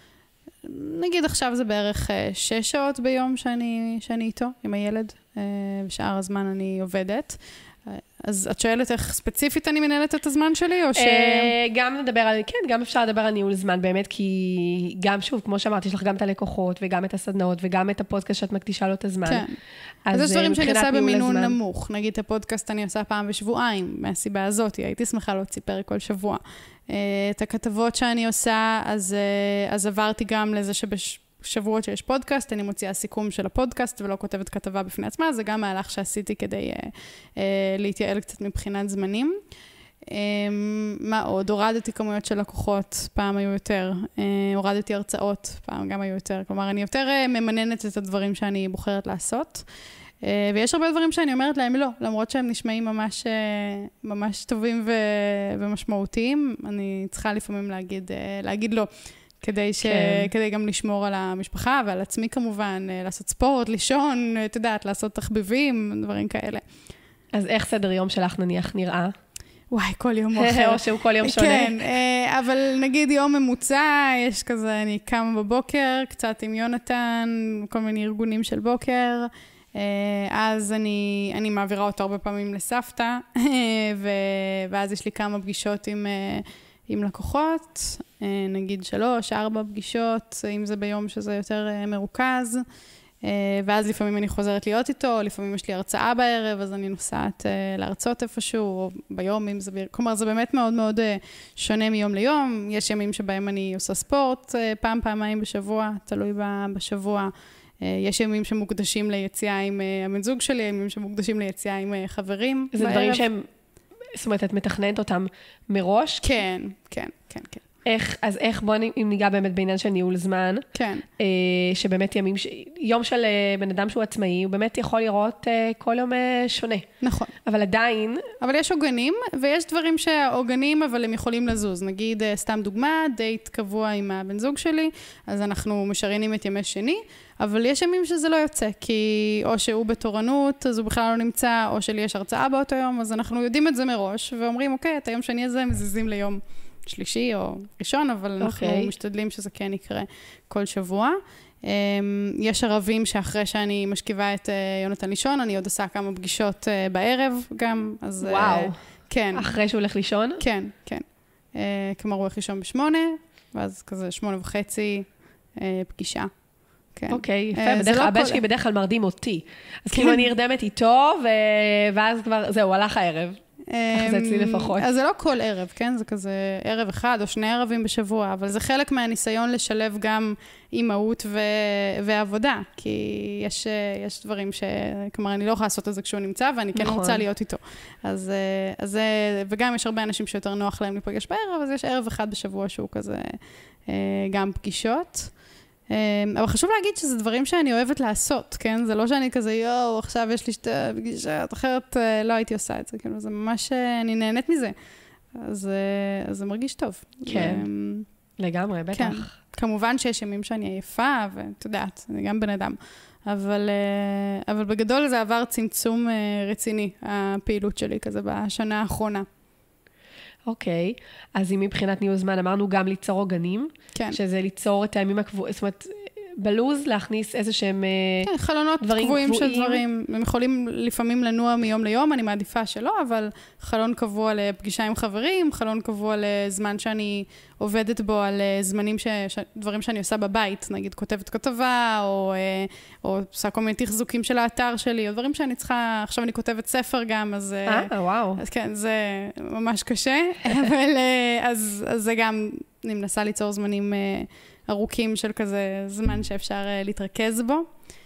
נגיד עכשיו זה בערך שש שעות ביום שאני, שאני איתו, עם הילד, ושאר הזמן אני עובדת. אז את שואלת איך ספציפית אני מנהלת את הזמן שלי, או ש... גם נדבר על, כן, גם אפשר לדבר על ניהול זמן, באמת, כי גם שוב, כמו שאמרתי, יש לך גם את הלקוחות, וגם את הסדנאות, וגם את הפודקאסט שאת מקדישה לו את הזמן. כן. אז יש דברים שאני עושה במינון נמוך. נגיד, את הפודקאסט אני עושה פעם בשבועיים, מהסיבה הזאת, הייתי שמחה להוציא פרק כל שבוע. את הכתבות שאני עושה, אז, אז עברתי גם לזה שבש... שבועות שיש פודקאסט, אני מוציאה סיכום של הפודקאסט ולא כותבת כתבה בפני עצמה, זה גם מהלך שעשיתי כדי אה, אה, להתייעל קצת מבחינת זמנים. אה, מה עוד? הורדתי כמויות של לקוחות, פעם היו יותר. אה, הורדתי הרצאות, פעם גם היו יותר. כלומר, אני יותר אה, ממננת את הדברים שאני בוחרת לעשות. אה, ויש הרבה דברים שאני אומרת להם לא, למרות שהם נשמעים ממש, אה, ממש טובים ו- ומשמעותיים. אני צריכה לפעמים להגיד, אה, להגיד לא. כדי, ש... כן. כדי גם לשמור על המשפחה ועל עצמי כמובן, לעשות ספורט, לישון, את יודעת, לעשות תחביבים, דברים כאלה. אז איך סדר יום שלך נניח נראה? וואי, כל יום אחר. או שהוא כל יום שונה. כן, אבל נגיד יום ממוצע, יש כזה, אני קמה בבוקר, קצת עם יונתן, כל מיני ארגונים של בוקר, אז אני, אני מעבירה אותו הרבה פעמים לסבתא, ו... ואז יש לי כמה פגישות עם... עם לקוחות, נגיד שלוש, ארבע פגישות, אם זה ביום שזה יותר מרוכז, ואז לפעמים אני חוזרת להיות איתו, לפעמים יש לי הרצאה בערב, אז אני נוסעת להרצות איפשהו, או ביום, אם זה... כלומר, זה באמת מאוד מאוד שונה מיום ליום. יש ימים שבהם אני עושה ספורט, פעם, פעמיים בשבוע, תלוי בשבוע. יש ימים שמוקדשים ליציאה עם הבן זוג שלי, ימים שמוקדשים ליציאה עם חברים. זה דברים שהם... זאת אומרת, את מתכננת אותם מראש? כן, כן, כן, כן. איך, אז איך, בוא אם ניגע באמת בעניין של ניהול זמן, כן. אה, שבאמת ימים, ש... יום של אה, בן אדם שהוא עצמאי, הוא באמת יכול לראות אה, כל יום אה, שונה. נכון. אבל עדיין... אבל יש עוגנים, ויש דברים שהעוגנים, אבל הם יכולים לזוז. נגיד, אה, סתם דוגמה, דייט קבוע עם הבן זוג שלי, אז אנחנו משריינים את ימי שני, אבל יש ימים שזה לא יוצא, כי או שהוא בתורנות, אז הוא בכלל לא נמצא, או שלי יש הרצאה באותו יום, אז אנחנו יודעים את זה מראש, ואומרים, אוקיי, את היום שני הזה מזיזים ליום שלישי או ראשון, אבל אנחנו okay. משתדלים שזה כן יקרה כל שבוע. יש ערבים שאחרי שאני משכיבה את יונתן לישון, אני עוד עושה כמה פגישות בערב גם, אז... וואו. כן. אחרי שהוא הולך לישון? כן, כן. כלומר, הוא הולך לישון בשמונה, ואז כזה שמונה וחצי פגישה. אוקיי, יפה, בדרך כלל, הבן שלי בדרך כלל מרדים אותי. אז כאילו אני הרדמת איתו, ואז כבר, זהו, הלך הערב. ככה זה אצלי לפחות. אז זה לא כל ערב, כן? זה כזה ערב אחד או שני ערבים בשבוע, אבל זה חלק מהניסיון לשלב גם אימהות ועבודה, כי יש, יש דברים ש... כלומר, אני לא יכולה לעשות את זה כשהוא נמצא, ואני כן רוצה להיות איתו. אז, אז, וגם יש הרבה אנשים שיותר נוח להם להיפגש בערב, אז יש ערב אחד בשבוע שהוא כזה גם פגישות. אבל חשוב להגיד שזה דברים שאני אוהבת לעשות, כן? זה לא שאני כזה, יואו, עכשיו יש לי שתי פגישות, אחרת לא הייתי עושה את זה, כאילו, זה ממש, אני נהנית מזה. אז, אז זה מרגיש טוב. כן, לגמרי, בטח. כן. כמובן שיש ימים שאני עייפה, ואת יודעת, אני גם בן אדם. אבל, אבל בגדול זה עבר צמצום רציני, הפעילות שלי כזה בשנה האחרונה. אוקיי, אז אם מבחינת ניהול זמן אמרנו גם ליצור עוגנים, כן. שזה ליצור את הימים הקבועים, זאת אומרת, בלוז להכניס איזה שהם כן, חלונות קבועים של דברים, הם יכולים לפעמים לנוע מיום ליום, אני מעדיפה שלא, אבל חלון קבוע לפגישה עם חברים, חלון קבוע לזמן שאני עובדת בו על זמנים, ש... דברים שאני עושה בבית, נגיד כותבת כתבה, או, או עושה כל מיני תחזוקים של האתר שלי, או דברים שאני צריכה, עכשיו אני כותבת ספר גם, אז... אה, וואו. אז כן, זה ממש קשה, אבל אז, אז זה גם, אני מנסה ליצור זמנים ארוכים של כזה זמן שאפשר להתרכז בו.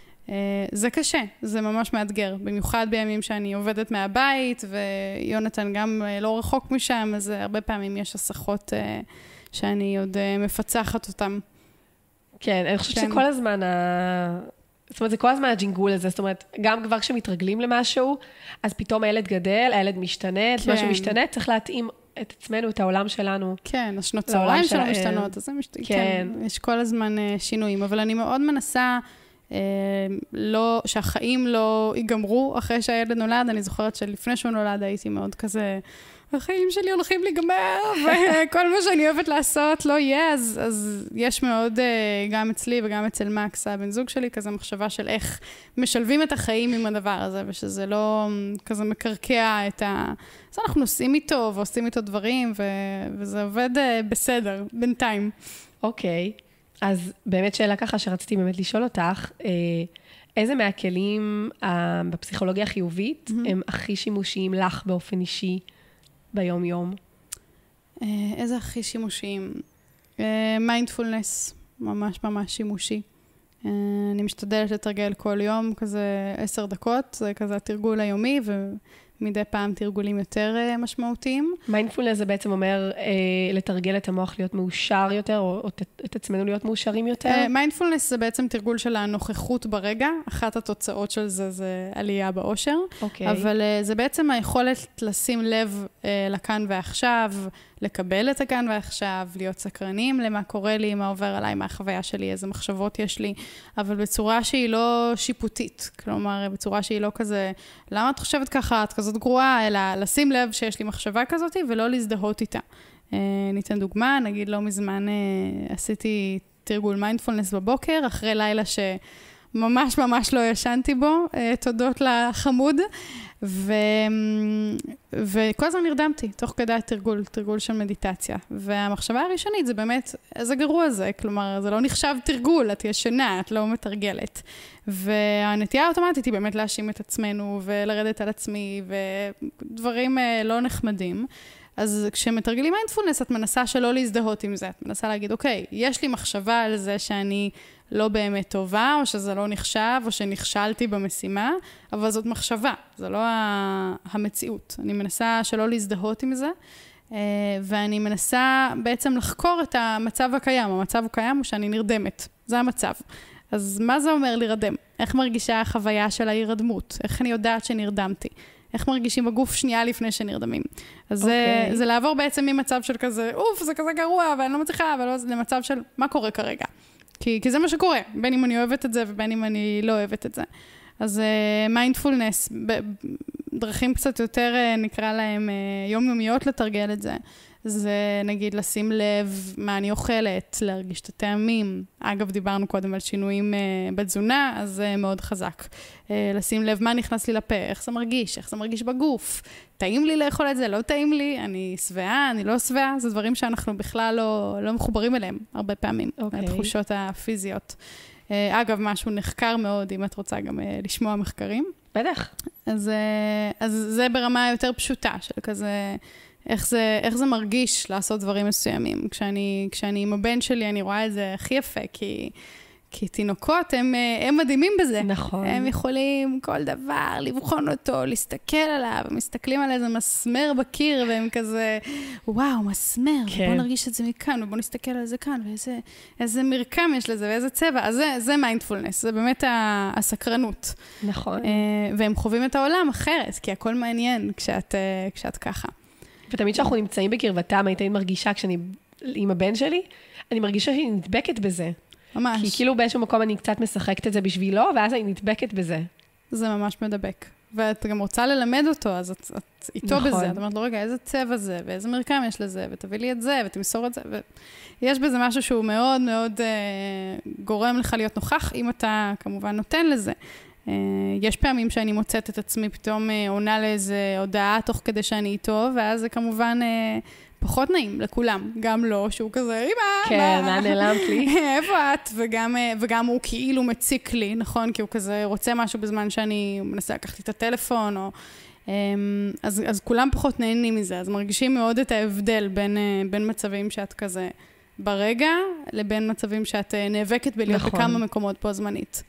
זה קשה, זה ממש מאתגר, במיוחד בימים שאני עובדת מהבית, ויונתן גם לא רחוק משם, אז הרבה פעמים יש הסחות שאני עוד מפצחת אותם. כן, אני חושבת שכל הזמן, זאת אומרת, זה כל הזמן הג'ינגול הזה, זאת אומרת, גם כבר כשמתרגלים למשהו, אז פתאום הילד גדל, הילד משתנה, משהו משתנה, צריך להתאים את עצמנו, את העולם שלנו. כן, השנות צהריים שלנו משתנות, אז זה משתנות. כן. יש כל הזמן שינויים, אבל אני מאוד מנסה, לא, שהחיים לא ייגמרו אחרי שהילד נולד. אני זוכרת שלפני שהוא נולד הייתי מאוד כזה, החיים שלי הולכים להיגמר, וכל מה שאני אוהבת לעשות לא יהיה, אז, אז יש מאוד, גם אצלי וגם אצל מקס, הבן זוג שלי, כזה מחשבה של איך משלבים את החיים עם הדבר הזה, ושזה לא כזה מקרקע את ה... אז אנחנו נוסעים איתו ועושים איתו דברים, ו... וזה עובד בסדר, בינתיים. אוקיי, אז באמת שאלה ככה שרציתי באמת לשאול אותך, איזה מהכלים בפסיכולוגיה החיובית mm-hmm. הם הכי שימושיים לך באופן אישי ביום-יום? איזה הכי שימושיים? מיינדפולנס, ממש ממש שימושי. אני משתדלת לתרגל כל יום, כזה עשר דקות, זה כזה התרגול היומי, ומדי פעם תרגולים יותר משמעותיים. מיינדפולנס זה בעצם אומר לתרגל את המוח להיות מאושר יותר, או את עצמנו להיות מאושרים יותר? מיינדפולנס זה בעצם תרגול של הנוכחות ברגע, אחת התוצאות של זה זה עלייה באושר, אוקיי. אבל זה בעצם היכולת לשים לב לכאן ועכשיו, לקבל את הכאן ועכשיו, להיות סקרנים למה קורה לי, מה עובר עליי, מה החוויה שלי, איזה מחשבות יש לי, אבל בצורה שהיא לא שיפוטית, כלומר, בצורה שהיא לא כזה, למה את חושבת ככה, את כזאת גרועה, אלא לשים לב שיש לי מחשבה כזאת ולא להזדהות איתה. ניתן דוגמה, נגיד לא מזמן עשיתי תרגול מיינדפולנס בבוקר, אחרי לילה שממש ממש לא ישנתי בו, תודות לחמוד, ו... וכל הזמן נרדמתי, תוך כדי תרגול, תרגול של מדיטציה. והמחשבה הראשונית זה באמת, איזה גרוע זה, כלומר, זה לא נחשב תרגול, את ישנה, את לא מתרגלת. והנטייה האוטומטית היא באמת להאשים את עצמנו, ולרדת על עצמי, ודברים לא נחמדים. אז כשמתרגלים מיינדפולנס, את מנסה שלא להזדהות עם זה. את מנסה להגיד, אוקיי, יש לי מחשבה על זה שאני לא באמת טובה, או שזה לא נחשב, או שנכשלתי במשימה, אבל זאת מחשבה, זה לא המציאות. אני מנסה שלא להזדהות עם זה, ואני מנסה בעצם לחקור את המצב הקיים. המצב הקיים הוא שאני נרדמת. זה המצב. אז מה זה אומר להירדם? איך מרגישה החוויה של ההירדמות? איך אני יודעת שנרדמתי? איך מרגישים בגוף שנייה לפני שנרדמים. אז okay. זה, זה לעבור בעצם ממצב של כזה, אוף, זה כזה גרוע, ואני לא מצליחה, אבל לא, למצב של מה קורה כרגע. כי, כי זה מה שקורה, בין אם אני אוהבת את זה, ובין אם אני לא אוהבת את זה. אז מיינדפולנס, uh, דרכים קצת יותר, uh, נקרא להם, uh, יומיומיות לתרגל את זה. זה נגיד לשים לב מה אני אוכלת, להרגיש את הטעמים. אגב, דיברנו קודם על שינויים uh, בתזונה, אז זה uh, מאוד חזק. Uh, לשים לב מה נכנס לי לפה, איך זה מרגיש, איך זה מרגיש בגוף. טעים לי לאכול את זה, לא טעים לי, אני שבעה, אני לא שבעה. זה דברים שאנחנו בכלל לא, לא מחוברים אליהם הרבה פעמים, okay. התחושות הפיזיות. Uh, אגב, משהו נחקר מאוד, אם את רוצה גם uh, לשמוע מחקרים. בטח. אז, uh, אז זה ברמה יותר פשוטה, של כזה... איך זה, איך זה מרגיש לעשות דברים מסוימים. כשאני, כשאני עם הבן שלי, אני רואה את זה הכי יפה, כי, כי תינוקות, הם, הם מדהימים בזה. נכון. הם יכולים כל דבר, לבחון אותו, להסתכל עליו, מסתכלים על איזה מסמר בקיר, והם כזה, וואו, מסמר, כן. בוא נרגיש את זה מכאן, ובוא נסתכל על זה כאן, ואיזה איזה מרקם יש לזה, ואיזה צבע. אז זה, זה מיינדפולנס, זה באמת הסקרנות. נכון. והם חווים את העולם אחרת, כי הכל מעניין כשאת, כשאת ככה. ותמיד שאנחנו נמצאים בקרבתם, הייתי מרגישה כשאני עם הבן שלי, אני מרגישה שהיא נדבקת בזה. ממש. כי כאילו באיזשהו מקום אני קצת משחקת את זה בשבילו, ואז אני נדבקת בזה. זה ממש מדבק. ואת גם רוצה ללמד אותו, אז את, את איתו נכון. בזה. את אומרת לו, רגע, איזה צבע זה, ואיזה מרקם יש לזה, ותביא לי את זה, ותמסור את זה. ויש בזה משהו שהוא מאוד מאוד אה, גורם לך להיות נוכח, אם אתה כמובן נותן לזה. יש פעמים שאני מוצאת את עצמי פתאום עונה לאיזה הודעה תוך כדי שאני איתו, ואז זה כמובן פחות נעים לכולם. גם לא, שהוא כזה, אמא, כן, מה נעלמת לי? איפה את? וגם, וגם הוא כאילו מציק לי, נכון? כי הוא כזה רוצה משהו בזמן שאני מנסה לקחת את הטלפון, או... אז, אז כולם פחות נהנים מזה. אז מרגישים מאוד את ההבדל בין, בין מצבים שאת כזה ברגע, לבין מצבים שאת נאבקת בלהיות נכון. בכמה מקומות פה זמנית.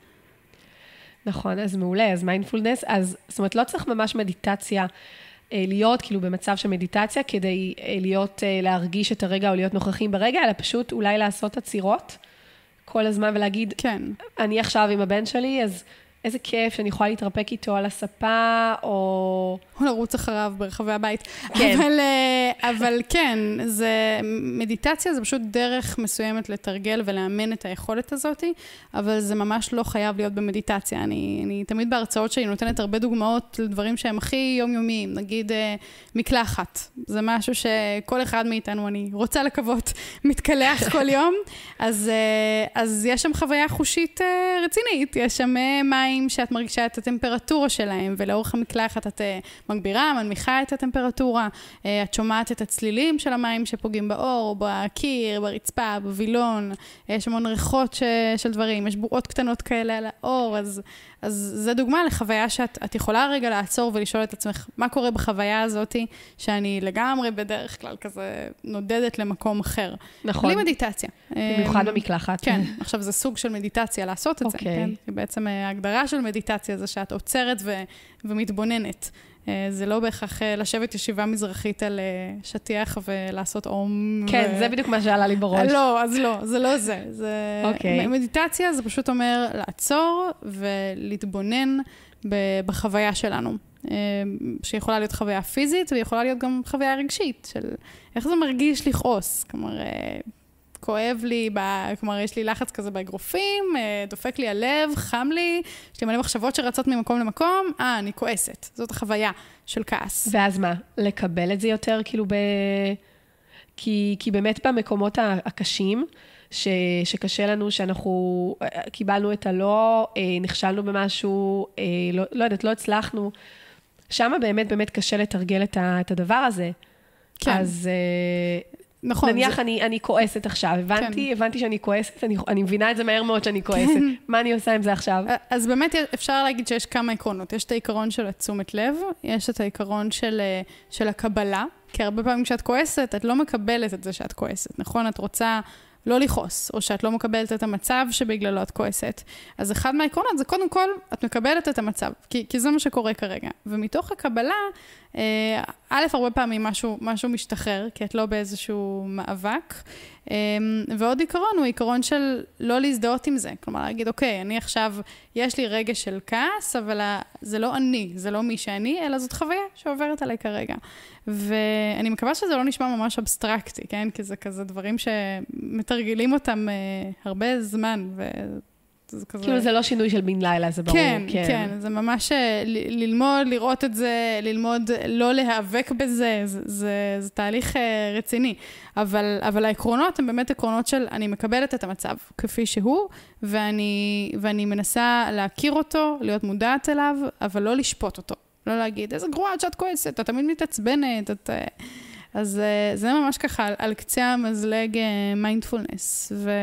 נכון, אז מעולה, אז מיינדפולנס, אז זאת אומרת, לא צריך ממש מדיטציה, להיות כאילו במצב של מדיטציה, כדי להיות, להרגיש את הרגע או להיות נוכחים ברגע, אלא פשוט אולי לעשות עצירות כל הזמן ולהגיד, כן. אני עכשיו עם הבן שלי, אז איזה כיף שאני יכולה להתרפק איתו על הספה, או... או לרוץ אחריו ברחבי הבית. כן. אבל, אבל כן, זה, מדיטציה זה פשוט דרך מסוימת לתרגל ולאמן את היכולת הזאת, אבל זה ממש לא חייב להיות במדיטציה. אני, אני תמיד בהרצאות שלי נותנת הרבה דוגמאות לדברים שהם הכי יומיומיים, נגיד מקלחת. זה משהו שכל אחד מאיתנו, אני רוצה לקוות, מתקלח כל יום, אז, אז יש שם חוויה חושית רצינית, יש שם מים שאת מרגישה את הטמפרטורה שלהם, ולאורך המקלחת את מגבירה, מנמיכה את הטמפרטורה, את שומעת את הצלילים של המים שפוגעים באור, בקיר, ברצפה, בווילון, יש המון ריחות ש, של דברים, יש בועות קטנות כאלה על האור, אז, אז זה דוגמה לחוויה שאת את יכולה רגע לעצור ולשאול את עצמך, מה קורה בחוויה הזאת, שאני לגמרי בדרך כלל כזה נודדת למקום אחר. נכון. בלי מדיטציה. במיוחד במקלחת. כן, עכשיו זה סוג של מדיטציה לעשות את אוקיי. זה, כן? כי בעצם ההגדרה של מדיטציה זה שאת עוצרת ו, ומתבוננת. זה לא בהכרח לשבת ישיבה מזרחית על שטיח ולעשות אום. כן, ו... זה בדיוק מה שעלה לי בראש. לא, אז לא, זה לא זה. זה... אוקיי. מדיטציה זה פשוט אומר לעצור ולהתבונן בחוויה שלנו. שיכולה להיות חוויה פיזית ויכולה להיות גם חוויה רגשית של איך זה מרגיש לכעוס. כלומר, כואב לי, כלומר, יש לי לחץ כזה באגרופים, דופק לי הלב, חם לי, יש לי מלא מחשבות שרצות ממקום למקום, אה, אני כועסת. זאת החוויה של כעס. ואז מה? לקבל את זה יותר, כאילו ב... כי, כי באמת במקומות הקשים, ש, שקשה לנו, שאנחנו קיבלנו את הלא, נכשלנו במשהו, לא, לא יודעת, לא הצלחנו, שם באמת באמת קשה לתרגל את, ה, את הדבר הזה. כן. אז... נכון. נניח זה... אני, אני כועסת עכשיו, הבנתי, כן. הבנתי שאני כועסת, אני, אני מבינה את זה מהר מאוד שאני כועסת. כן. מה אני עושה עם זה עכשיו? אז באמת אפשר להגיד שיש כמה עקרונות. יש את העיקרון של תשומת לב, יש את העיקרון של, של הקבלה, כי הרבה פעמים כשאת כועסת, את לא מקבלת את זה שאת כועסת, נכון? את רוצה לא לכעוס, או שאת לא מקבלת את המצב שבגללו את כועסת. אז אחד מהעקרונות זה קודם כל, את מקבלת את המצב, כי, כי זה מה שקורה כרגע. ומתוך הקבלה, אה, א', הרבה פעמים משהו, משהו משתחרר, כי את לא באיזשהו מאבק, אה, ועוד עיקרון הוא עיקרון של לא להזדהות עם זה. כלומר, להגיד, אוקיי, אני עכשיו, יש לי רגע של כעס, אבל זה לא אני, זה לא מי שאני, אלא זאת חוויה שעוברת עליי כרגע. ואני מקווה שזה לא נשמע ממש אבסטרקטי, כן? כי זה כזה דברים שמתרגלים אותם אה, הרבה זמן, וזה כזה... כאילו זה לא שינוי של בן לילה, זה ברור. כן, כן, כן. זה ממש ל- ללמוד, לראות את זה, ללמוד לא להיאבק בזה, זה, זה, זה תהליך אה, רציני. אבל, אבל העקרונות הם באמת עקרונות של אני מקבלת את המצב כפי שהוא, ואני, ואני מנסה להכיר אותו, להיות מודעת אליו, אבל לא לשפוט אותו. לא להגיד, איזה גרועה שאת כועסת, את תמיד מתעצבנת, את... אז זה ממש ככה, על, על קצה המזלג מיינדפולנס, ו...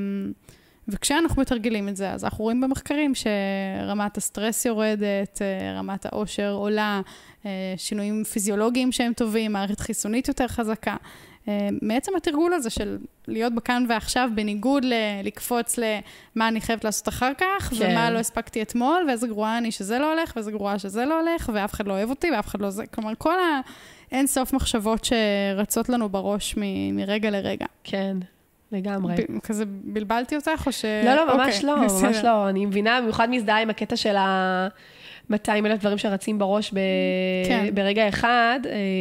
וכשאנחנו מתרגלים את זה, אז אנחנו רואים במחקרים שרמת הסטרס יורדת, רמת האושר עולה, שינויים פיזיולוגיים שהם טובים, מערכת חיסונית יותר חזקה. מעצם התרגול הזה של להיות בכאן ועכשיו, בניגוד לקפוץ למה אני חייבת לעשות אחר כך, כן. ומה לא הספקתי אתמול, ואיזה גרועה אני שזה לא הולך, ואיזה גרועה שזה לא הולך, ואף אחד לא אוהב אותי, ואף אחד לא זה. כלומר, כל האין סוף מחשבות שרצות לנו בראש מ- מרגע לרגע. כן, לגמרי. ב- כזה בלבלתי אותך, או ש... לא, לא, ממש אוקיי. לא, ממש לא. אני מבינה, במיוחד מזדהה עם הקטע של ה... מאתיים אלף דברים שרצים בראש ב... כן. ברגע אחד,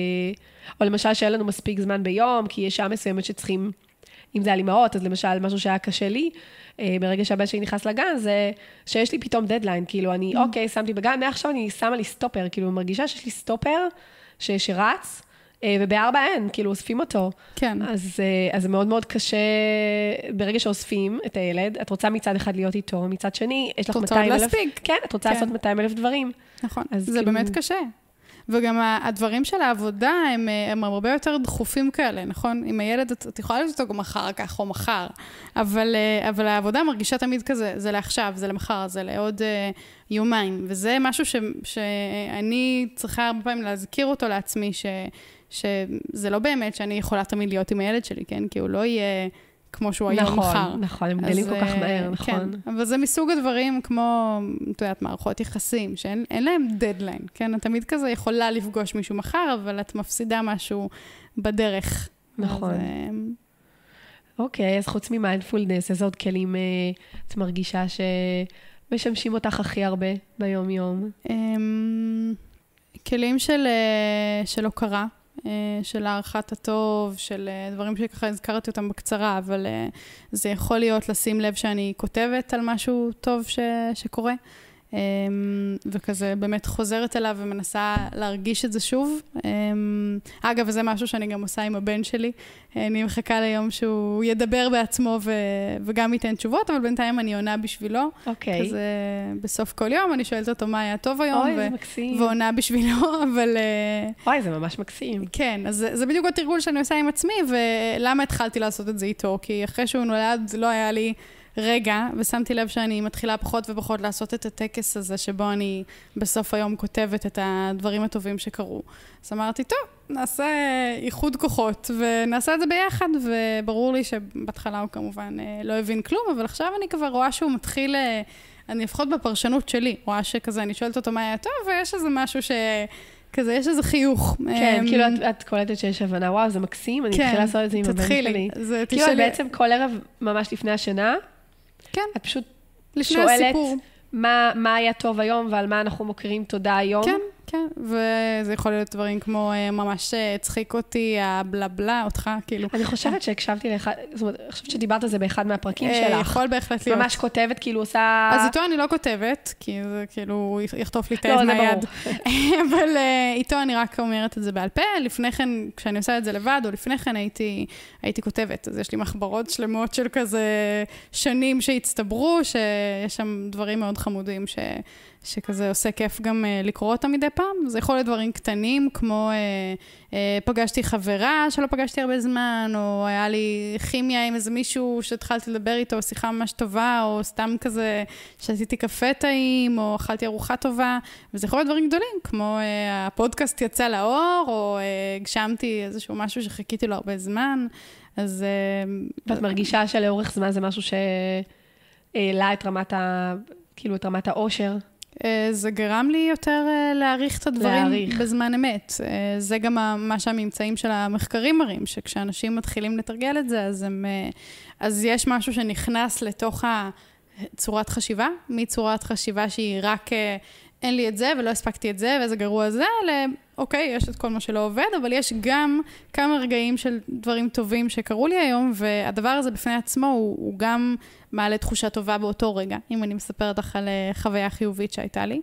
או למשל שאין לנו מספיק זמן ביום, כי יש שעה מסוימת שצריכים, אם זה על אימהות, אז למשל משהו שהיה קשה לי, ברגע שהבן שלי נכנס לגן, זה שיש לי פתאום דדליין, כאילו אני, אוקיי, שמתי בגן, מעכשיו אני שמה לי סטופר, כאילו מרגישה שיש לי סטופר ש... שרץ, ובארבע אין, כאילו אוספים אותו. כן. אז, אז זה מאוד מאוד קשה, ברגע שאוספים את הילד, את רוצה מצד אחד להיות איתו, מצד שני, יש לך מאתיים אלף... כן, את רוצה כן. לעשות מאתיים אלף דברים. נכון, זה כאילו... באמת קשה. וגם הדברים של העבודה הם, הם הרבה יותר דחופים כאלה, נכון? עם הילד את, את יכולה להיות אותו גם מחר כך או מחר, אבל, אבל העבודה מרגישה תמיד כזה, זה לעכשיו, זה למחר, זה לעוד uh, יומיים, וזה משהו ש, שאני צריכה הרבה פעמים להזכיר אותו לעצמי, ש, שזה לא באמת שאני יכולה תמיד להיות עם הילד שלי, כן? כי הוא לא יהיה... כמו שהוא היום מחר. נכון, נכון, הם גדלים כל כך מהר, נכון. כן, אבל זה מסוג הדברים כמו, את יודעת, מערכות יחסים, שאין להם דדליין, כן? את תמיד כזה יכולה לפגוש מישהו מחר, אבל את מפסידה משהו בדרך. נכון. אוקיי, אז חוץ ממיינדפולנס, איזה עוד כלים את מרגישה משמשים אותך הכי הרבה ביום-יום? כלים של, של הוקרה, של הערכת הטוב, של דברים שככה הזכרתי אותם בקצרה, אבל זה יכול להיות לשים לב שאני כותבת על משהו טוב ש, שקורה, וכזה באמת חוזרת אליו ומנסה להרגיש את זה שוב. אגב, וזה משהו שאני גם עושה עם הבן שלי. אני מחכה ליום שהוא ידבר בעצמו ו... וגם ייתן תשובות, אבל בינתיים אני עונה בשבילו. אוקיי. כזה בסוף כל יום אני שואלת אותו מה היה טוב היום. אוי, ו... זה מקסים. ועונה בשבילו, אבל... אוי, זה ממש מקסים. כן, אז זה, זה בדיוק התרגול שאני עושה עם עצמי, ולמה התחלתי לעשות את זה איתו? כי אחרי שהוא נולד לא היה לי... רגע, ושמתי לב שאני מתחילה פחות ופחות לעשות את הטקס הזה, שבו אני בסוף היום כותבת את הדברים הטובים שקרו. אז אמרתי, טוב, נעשה איחוד כוחות, ונעשה את זה ביחד, וברור לי שבהתחלה הוא כמובן לא הבין כלום, אבל עכשיו אני כבר רואה שהוא מתחיל, אני לפחות בפרשנות שלי, רואה שכזה, אני שואלת אותו מה היה טוב, ויש איזה משהו ש... כזה, יש איזה חיוך. כן, כאילו את, את קולטת שיש הבנה, וואו, זה מקסים, אני מתחילה לעשות את זה עם הבן שלי. כאילו את בעצם כל ערב, ממש לפני השינה, כן. את פשוט שואלת מה, מה היה טוב היום ועל מה אנחנו מוכרים תודה היום. כן, כן. וזה יכול להיות דברים כמו ממש צחיק אותי, הבלה בלה, אותך, כאילו. אני חושבת שהקשבתי לאחד, זאת אומרת, אני חושבת שדיברת על זה באחד מהפרקים שלך. יכול בהחלט להיות. ממש כותבת, כאילו עושה... אז איתו אני לא כותבת, כי זה כאילו יחטוף לי את היד מהיד. אבל איתו אני רק אומרת את זה בעל פה. לפני כן, כשאני עושה את זה לבד, או לפני כן הייתי, הייתי כותבת. אז יש לי מחברות שלמות של כזה שנים שהצטברו, שיש שם דברים מאוד חמודים ש... שכזה עושה כיף גם uh, לקרוא אותם מדי פעם. זה יכול להיות דברים קטנים, כמו uh, uh, פגשתי חברה שלא פגשתי הרבה זמן, או היה לי כימיה עם איזה מישהו שהתחלתי לדבר איתו, שיחה ממש טובה, או סתם כזה שעשיתי קפה טעים, או אכלתי ארוחה טובה. וזה יכול להיות דברים גדולים, כמו uh, הפודקאסט יצא לאור, או uh, הגשמתי איזשהו משהו שחיכיתי לו הרבה זמן. אז... Uh, ואת מרגישה שלאורך זמן זה משהו שהעלה את רמת ה... כאילו את רמת האושר? זה גרם לי יותר להעריך את הדברים להעריך. בזמן אמת. זה גם מה שהממצאים של המחקרים מראים, שכשאנשים מתחילים לתרגל את זה, אז, הם, אז יש משהו שנכנס לתוך צורת חשיבה, מצורת חשיבה שהיא רק אין לי את זה ולא הספקתי את זה ואיזה גרוע זה, אוקיי, יש את כל מה שלא עובד, אבל יש גם כמה רגעים של דברים טובים שקרו לי היום, והדבר הזה בפני עצמו הוא, הוא גם מעלה תחושה טובה באותו רגע, אם אני מספרת לך על חוויה חיובית שהייתה לי.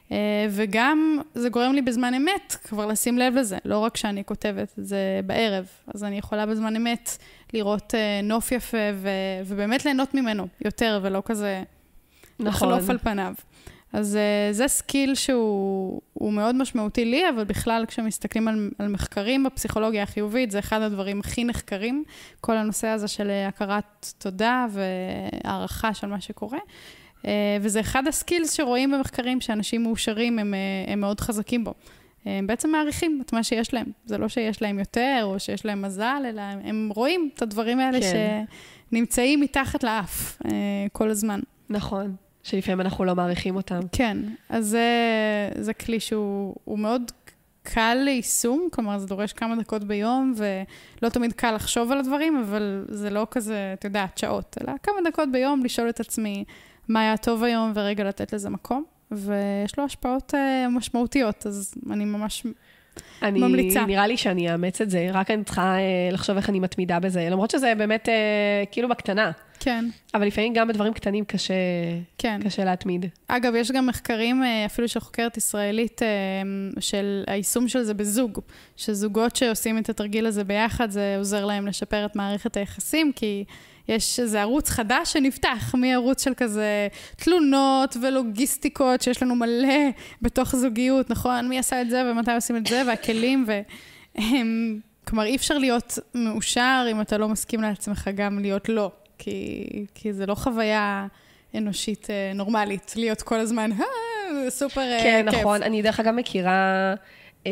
וגם זה גורם לי בזמן אמת כבר לשים לב לזה, לא רק שאני כותבת את זה בערב, אז אני יכולה בזמן אמת לראות נוף יפה ו- ובאמת ליהנות ממנו יותר, ולא כזה נכון. לחלוף על פניו. אז זה סקיל שהוא מאוד משמעותי לי, אבל בכלל כשמסתכלים על, על מחקרים בפסיכולוגיה החיובית, זה אחד הדברים הכי נחקרים, כל הנושא הזה של הכרת תודה והערכה של מה שקורה. וזה אחד הסקילס שרואים במחקרים שאנשים מאושרים, הם, הם מאוד חזקים בו. הם בעצם מעריכים את מה שיש להם. זה לא שיש להם יותר או שיש להם מזל, אלא הם, הם רואים את הדברים האלה כן. שנמצאים מתחת לאף כל הזמן. נכון. שלפעמים אנחנו לא מעריכים אותם. כן, אז זה, זה כלי שהוא מאוד קל ליישום, כלומר זה דורש כמה דקות ביום, ולא תמיד קל לחשוב על הדברים, אבל זה לא כזה, אתה יודע, שעות, אלא כמה דקות ביום לשאול את עצמי מה היה טוב היום, ורגע לתת לזה מקום, ויש לו השפעות משמעותיות, אז אני ממש אני, ממליצה. נראה לי שאני אאמץ את זה, רק אני צריכה לחשוב איך אני מתמידה בזה, למרות שזה באמת כאילו בקטנה. כן. אבל לפעמים גם בדברים קטנים קשה, כן. קשה להתמיד. אגב, יש גם מחקרים, אפילו של חוקרת ישראלית, של היישום של זה בזוג, שזוגות שעושים את התרגיל הזה ביחד, זה עוזר להם לשפר את מערכת היחסים, כי יש איזה ערוץ חדש שנפתח, מערוץ של כזה תלונות ולוגיסטיקות, שיש לנו מלא בתוך זוגיות, נכון? מי עשה את זה ומתי עושים את זה, והכלים, והם, כלומר, אי אפשר להיות מאושר אם אתה לא מסכים לעצמך גם להיות לא. כי, כי זה לא חוויה אנושית נורמלית, להיות כל הזמן, זה סופר כן, כיף. נכון. אני דרך אגב מכירה, אה,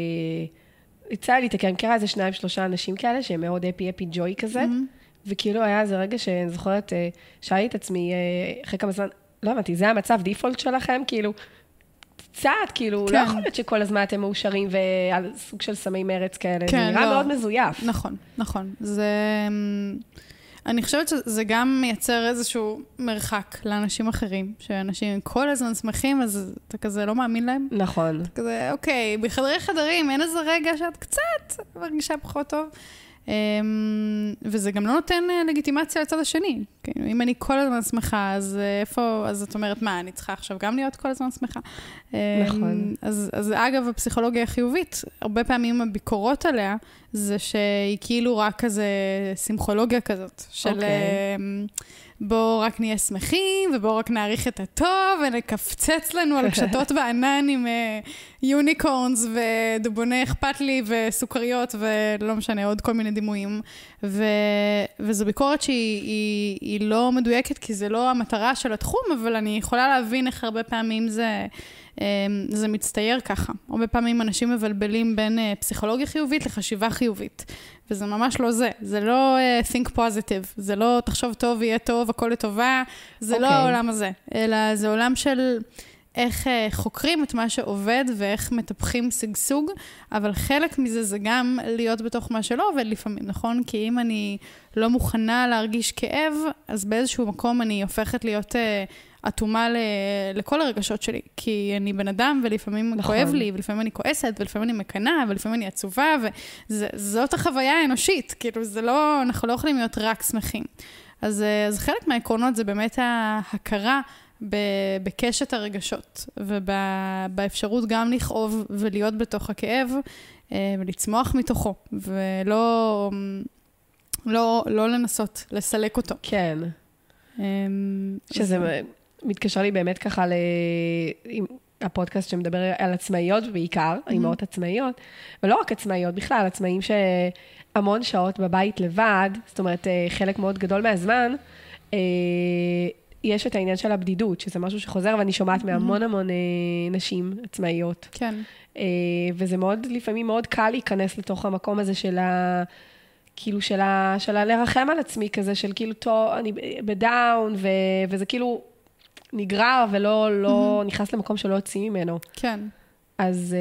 יצא לי, תכיר, אני מכירה איזה שניים, שלושה אנשים כאלה, שהם מאוד אפי, אפי ג'וי כזה, mm-hmm. וכאילו היה איזה רגע שאני זוכרת, אה, שאלתי את עצמי, אה, אחרי כמה זמן, לא הבנתי, זה המצב דיפולט שלכם, כאילו, קצת, כאילו, כן. לא יכול להיות שכל הזמן אתם מאושרים, ועל סוג של סמי מרץ כאלה, כן, זה נראה לא. מאוד מזויף. נכון, נכון. זה... אני חושבת שזה גם מייצר איזשהו מרחק לאנשים אחרים, שאנשים כל הזמן שמחים, אז אתה כזה לא מאמין להם. נכון. אתה כזה, אוקיי, בחדרי חדרים אין איזה רגע שאת קצת מרגישה פחות טוב. וזה גם לא נותן לגיטימציה לצד השני. אם אני כל הזמן שמחה, אז איפה, אז את אומרת, מה, אני צריכה עכשיו גם להיות כל הזמן שמחה? נכון. אז, אז אגב, הפסיכולוגיה החיובית, הרבה פעמים הביקורות עליה, זה שהיא כאילו רק כזה סימפולוגיה כזאת, של בואו רק נהיה שמחים, ובואו רק נעריך את הטוב, ונקפצץ לנו על קשתות בענן עם יוניקורנס ודובוני אכפת לי וסוכריות ולא משנה, עוד כל מיני דימויים. ו... וזו ביקורת שהיא היא, היא לא מדויקת, כי זה לא המטרה של התחום, אבל אני יכולה להבין איך הרבה פעמים זה, זה מצטייר ככה. הרבה פעמים אנשים מבלבלים בין פסיכולוגיה חיובית לחשיבה חיובית. וזה ממש לא זה. זה לא uh, think positive. זה לא תחשוב טוב, יהיה טוב, הכל לטובה. זה okay. לא העולם הזה. אלא זה עולם של איך uh, חוקרים את מה שעובד ואיך מטפחים סגסוג, אבל חלק מזה זה גם להיות בתוך מה שלא עובד לפעמים, נכון? כי אם אני לא מוכנה להרגיש כאב, אז באיזשהו מקום אני הופכת להיות uh, אטומה ל- לכל הרגשות שלי. כי אני בן אדם ולפעמים נכון. כואב לי, ולפעמים אני כועסת, ולפעמים אני מקנה, ולפעמים אני עצובה, וזאת החוויה האנושית. כאילו זה לא, אנחנו לא יכולים להיות רק שמחים. אז, אז חלק מהעקרונות זה באמת ההכרה בקשת הרגשות, ובאפשרות גם לכאוב ולהיות בתוך הכאב, ולצמוח מתוכו, ולא לא, לא לנסות לסלק אותו. כן. שזה מתקשר לי באמת ככה לפודקאסט שמדבר על עצמאיות בעיקר, אימהות עצמאיות, ולא רק עצמאיות, בכלל עצמאים שהמון שעות בבית לבד, זאת אומרת חלק מאוד גדול מהזמן, יש את העניין של הבדידות, שזה משהו שחוזר, ואני שומעת מהמון המון נשים עצמאיות. כן. וזה מאוד, לפעמים מאוד קל להיכנס לתוך המקום הזה של ה... כאילו של ה... של הלרחם על עצמי כזה, של כאילו, טוב, אני בדאון, ו... וזה כאילו נגרר ולא לא נכנס למקום שלא יוצאים ממנו. כן. אז,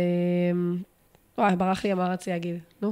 וואי, ברח לי מה רציתי להגיד, נו.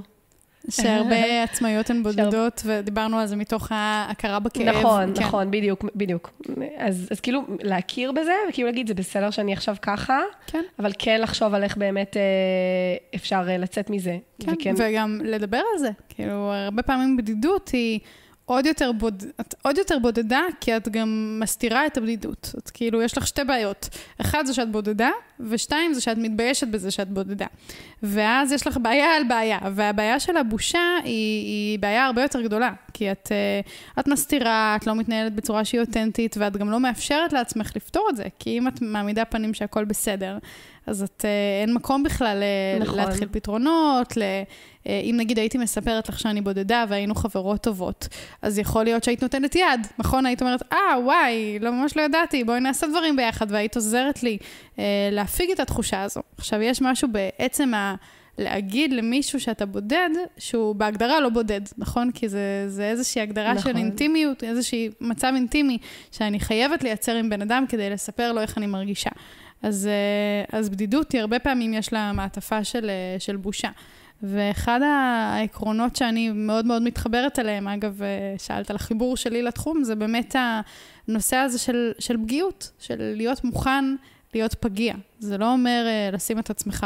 שהרבה עצמאיות הן בודדות, ודיברנו על זה מתוך ההכרה בכאב. נכון, כן. נכון, בדיוק, בדיוק. אז, אז כאילו להכיר בזה, וכאילו להגיד, זה בסדר שאני עכשיו ככה, כן. אבל כן לחשוב על איך באמת אה, אפשר אה, לצאת מזה. כן, וכן... וגם לדבר על זה. כאילו, הרבה פעמים בדידות היא עוד יותר, בוד... את עוד יותר בודדה, כי את גם מסתירה את הבדידות. את כאילו, יש לך שתי בעיות. אחד זה שאת בודדה, ושתיים זה שאת מתביישת בזה שאת בודדה. ואז יש לך בעיה על בעיה, והבעיה של הבושה היא, היא בעיה הרבה יותר גדולה, כי את, את מסתירה, את לא מתנהלת בצורה שהיא אותנטית, ואת גם לא מאפשרת לעצמך לפתור את זה, כי אם את מעמידה פנים שהכל בסדר, אז את, אין מקום בכלל נכון. להתחיל פתרונות, ל... אם נגיד הייתי מספרת לך שאני בודדה והיינו חברות טובות, אז יכול להיות שהיית נותנת יד, נכון? היית אומרת, אה, וואי, לא ממש לא ידעתי, בואי נעשה דברים ביחד, והיית עוזרת לי אה, להפיג את התחושה הזו. עכשיו, יש משהו בעצם ה... להגיד למישהו שאתה בודד, שהוא בהגדרה לא בודד, נכון? כי זה, זה איזושהי הגדרה נכון. של אינטימיות, איזושהי מצב אינטימי, שאני חייבת לייצר עם בן אדם כדי לספר לו איך אני מרגישה. אז, אז בדידות היא הרבה פעמים יש לה מעטפה של, של בושה. ואחד העקרונות שאני מאוד מאוד מתחברת עליהם, אגב, שאלת על החיבור שלי לתחום, זה באמת הנושא הזה של, של פגיעות, של להיות מוכן, להיות פגיע. זה לא אומר לשים את עצמך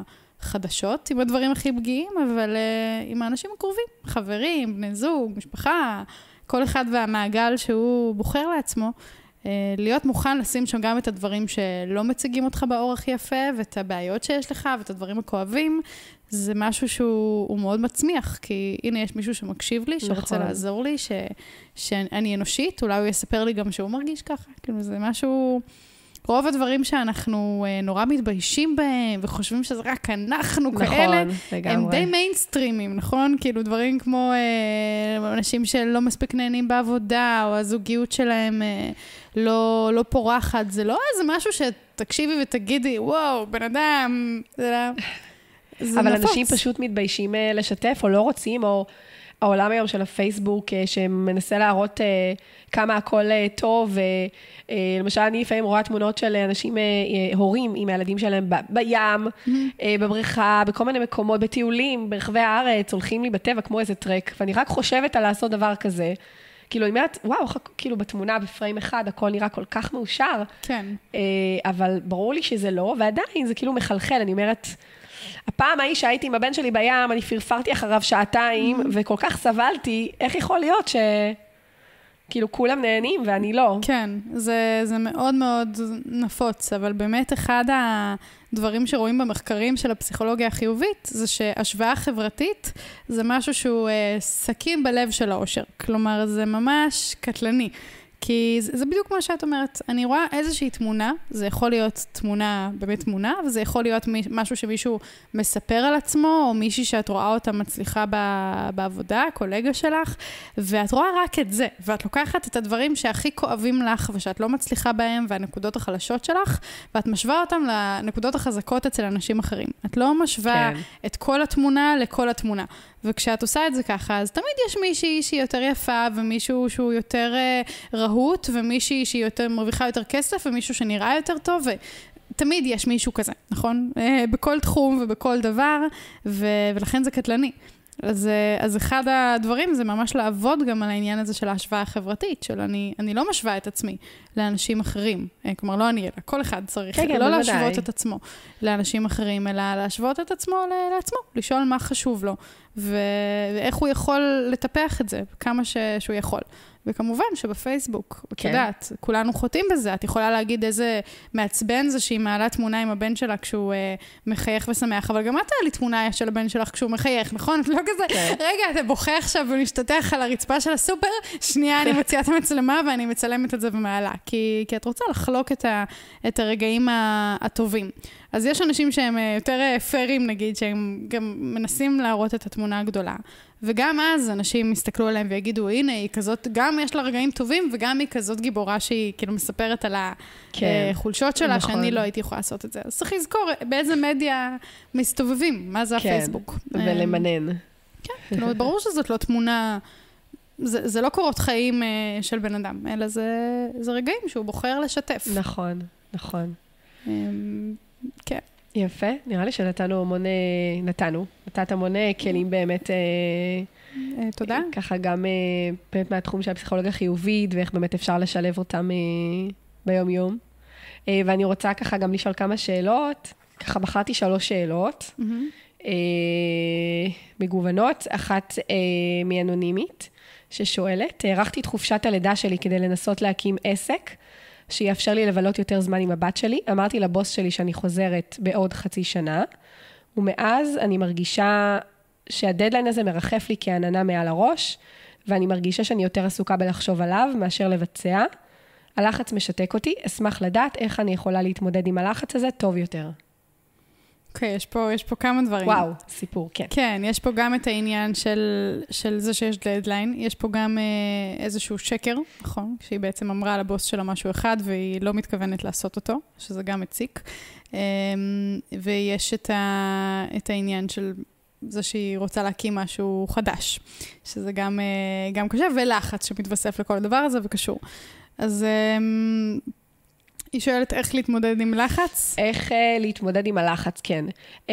בחדשות עם הדברים הכי פגיעים, אבל עם האנשים הקרובים, חברים, בני זוג, משפחה, כל אחד והמעגל שהוא בוחר לעצמו, להיות מוכן לשים שם גם את הדברים שלא מציגים אותך באור הכי יפה, ואת הבעיות שיש לך, ואת הדברים הכואבים, זה משהו שהוא מאוד מצמיח, כי הנה יש מישהו שמקשיב לי, שרוצה נכון. לעזור לי, ש, שאני אנושית, אולי הוא יספר לי גם שהוא מרגיש ככה, כאילו זה משהו, רוב הדברים שאנחנו נורא מתביישים בהם, וחושבים שזה רק אנחנו נכון, כאלה, לגמרי. הם די מיינסטרימים, נכון? כאילו דברים כמו אה, אנשים שלא מספיק נהנים בעבודה, או הזוגיות שלהם אה, לא, לא פורחת, זה לא איזה משהו שתקשיבי ותגידי, וואו, בן אדם, זה לא... זה אבל נפוץ. אנשים פשוט מתביישים אה, לשתף, או לא רוצים, או... העולם היום של הפייסבוק, שמנסה להראות כמה הכל טוב, למשל אני לפעמים רואה תמונות של אנשים, הורים עם הילדים שלהם בים, בבריכה, בכל מיני מקומות, בטיולים, ברחבי הארץ, הולכים לי בטבע כמו איזה טרק, ואני רק חושבת על לעשות דבר כזה, כאילו, אני אומרת, וואו, כאילו בתמונה בפריים אחד, הכל נראה כל כך מאושר. כן. אבל ברור לי שזה לא, ועדיין זה כאילו מחלחל, אני אומרת, הפעם ההיא שהייתי עם הבן שלי בים, אני פרפרתי אחריו שעתיים, וכל כך סבלתי, איך יכול להיות ש... כאילו, כולם נהנים ואני לא. כן, זה, זה מאוד מאוד נפוץ, אבל באמת אחד הדברים שרואים במחקרים של הפסיכולוגיה החיובית, זה שהשוואה חברתית זה משהו שהוא אה, סכין בלב של האושר. כלומר, זה ממש קטלני. כי זה, זה בדיוק מה שאת אומרת. אני רואה איזושהי תמונה, זה יכול להיות תמונה, באמת תמונה, וזה יכול להיות משהו שמישהו מספר על עצמו, או מישהי שאת רואה אותה מצליחה בעבודה, קולגה שלך, ואת רואה רק את זה, ואת לוקחת את הדברים שהכי כואבים לך, ושאת לא מצליחה בהם, והנקודות החלשות שלך, ואת משווה אותם לנקודות החזקות אצל אנשים אחרים. את לא משווה כן. את כל התמונה לכל התמונה. וכשאת עושה את זה ככה, אז תמיד יש מישהי שהיא יותר יפה, ומישהו שהוא יותר uh, רהוט, ומישהי שהיא יותר מרוויחה יותר כסף, ומישהו שנראה יותר טוב, ותמיד יש מישהו כזה, נכון? Uh, בכל תחום ובכל דבר, ו- ולכן זה קטלני. אז, אז אחד הדברים זה ממש לעבוד גם על העניין הזה של ההשוואה החברתית, של אני, אני לא משווה את עצמי לאנשים אחרים, כלומר לא אני, אלא כל אחד צריך כן, לא כן, להשוות בוודאי. את עצמו לאנשים אחרים, אלא להשוות את עצמו לעצמו, לשאול מה חשוב לו, ו- ואיך הוא יכול לטפח את זה, כמה ש- שהוא יכול. וכמובן שבפייסבוק, את יודעת, כולנו חוטאים בזה, את יכולה להגיד איזה מעצבן זה שהיא מעלה תמונה עם הבן שלה כשהוא אה, מחייך ושמח, אבל גם את תעלי תמונה של הבן שלך כשהוא מחייך, נכון? את לא כזה, כן. רגע, אתה בוכה עכשיו ומשתתח על הרצפה של הסופר, שנייה אני מציעה את המצלמה ואני מצלמת את זה ומעלה, כי, כי את רוצה לחלוק את, ה, את הרגעים הטובים. אז יש אנשים שהם יותר פיירים, נגיד, שהם גם מנסים להראות את התמונה הגדולה. וגם אז אנשים מסתכלו עליהם ויגידו, הנה, היא כזאת, גם יש לה רגעים טובים, וגם היא כזאת גיבורה שהיא כאילו מספרת על החולשות שלה, נכון. שאני לא הייתי יכולה לעשות את זה. אז צריך לזכור באיזה מדיה מסתובבים, מה זה כן. הפייסבוק. ולמנן. כן, כאילו, ברור שזאת לא תמונה, זה, זה לא קורות חיים של בן אדם, אלא זה, זה רגעים שהוא בוחר לשתף. נכון, נכון. כן. יפה, נראה לי שנתנו המון, נתנו, נתת המון כלים באמת, תודה. ככה גם באמת מהתחום של הפסיכולוגיה חיובית, ואיך באמת אפשר לשלב אותם ביום יום. ואני רוצה ככה גם לשאול כמה שאלות, ככה בחרתי שלוש שאלות, מגוונות, אחת מאנונימית, ששואלת, הערכתי את חופשת הלידה שלי כדי לנסות להקים עסק, שיאפשר לי לבלות יותר זמן עם הבת שלי. אמרתי לבוס שלי שאני חוזרת בעוד חצי שנה, ומאז אני מרגישה שהדדליין הזה מרחף לי כעננה מעל הראש, ואני מרגישה שאני יותר עסוקה בלחשוב עליו מאשר לבצע. הלחץ משתק אותי, אשמח לדעת איך אני יכולה להתמודד עם הלחץ הזה טוב יותר. אוקיי, okay, יש פה, יש פה כמה דברים. וואו, סיפור, כן. כן, יש פה גם את העניין של, של זה שיש דדליין, יש פה גם אה, איזשהו שקר, נכון? שהיא בעצם אמרה לבוס שלה משהו אחד, והיא לא מתכוונת לעשות אותו, שזה גם מציק. אה, ויש את, ה, את העניין של זה שהיא רוצה להקים משהו חדש, שזה גם, אה, גם קשה, ולחץ שמתווסף לכל הדבר הזה וקשור. אז... אה, היא שואלת איך להתמודד עם לחץ? איך uh, להתמודד עם הלחץ, כן. Uh,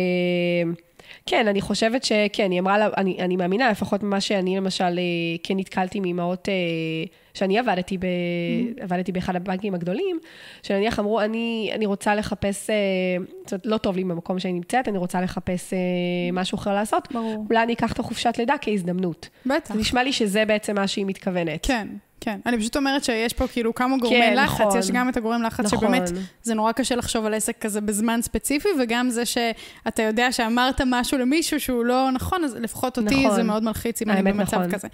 כן, אני חושבת שכן, היא אמרה לה, אני, אני מאמינה, לפחות ממה שאני למשל, uh, כן נתקלתי מאמהות, uh, שאני עבדתי, ב, mm-hmm. עבדתי באחד הבנקים הגדולים, שנניח אמרו, אני, אני רוצה לחפש, uh, זאת אומרת, לא טוב לי במקום שאני נמצאת, אני רוצה לחפש uh, משהו אחר לעשות. ברור. אולי אני אקח את החופשת לידה כהזדמנות. בטח. זה נשמע לי שזה בעצם מה שהיא מתכוונת. כן. כן, אני פשוט אומרת שיש פה כאילו כמה גורמי כן, לחץ, נכון. יש גם את הגורם לחץ נכון. שבאמת זה נורא קשה לחשוב על עסק כזה בזמן ספציפי, וגם זה שאתה יודע שאמרת משהו למישהו שהוא לא נכון, אז לפחות אותי נכון. זה מאוד מלחיץ אם אני במצב נכון. כזה.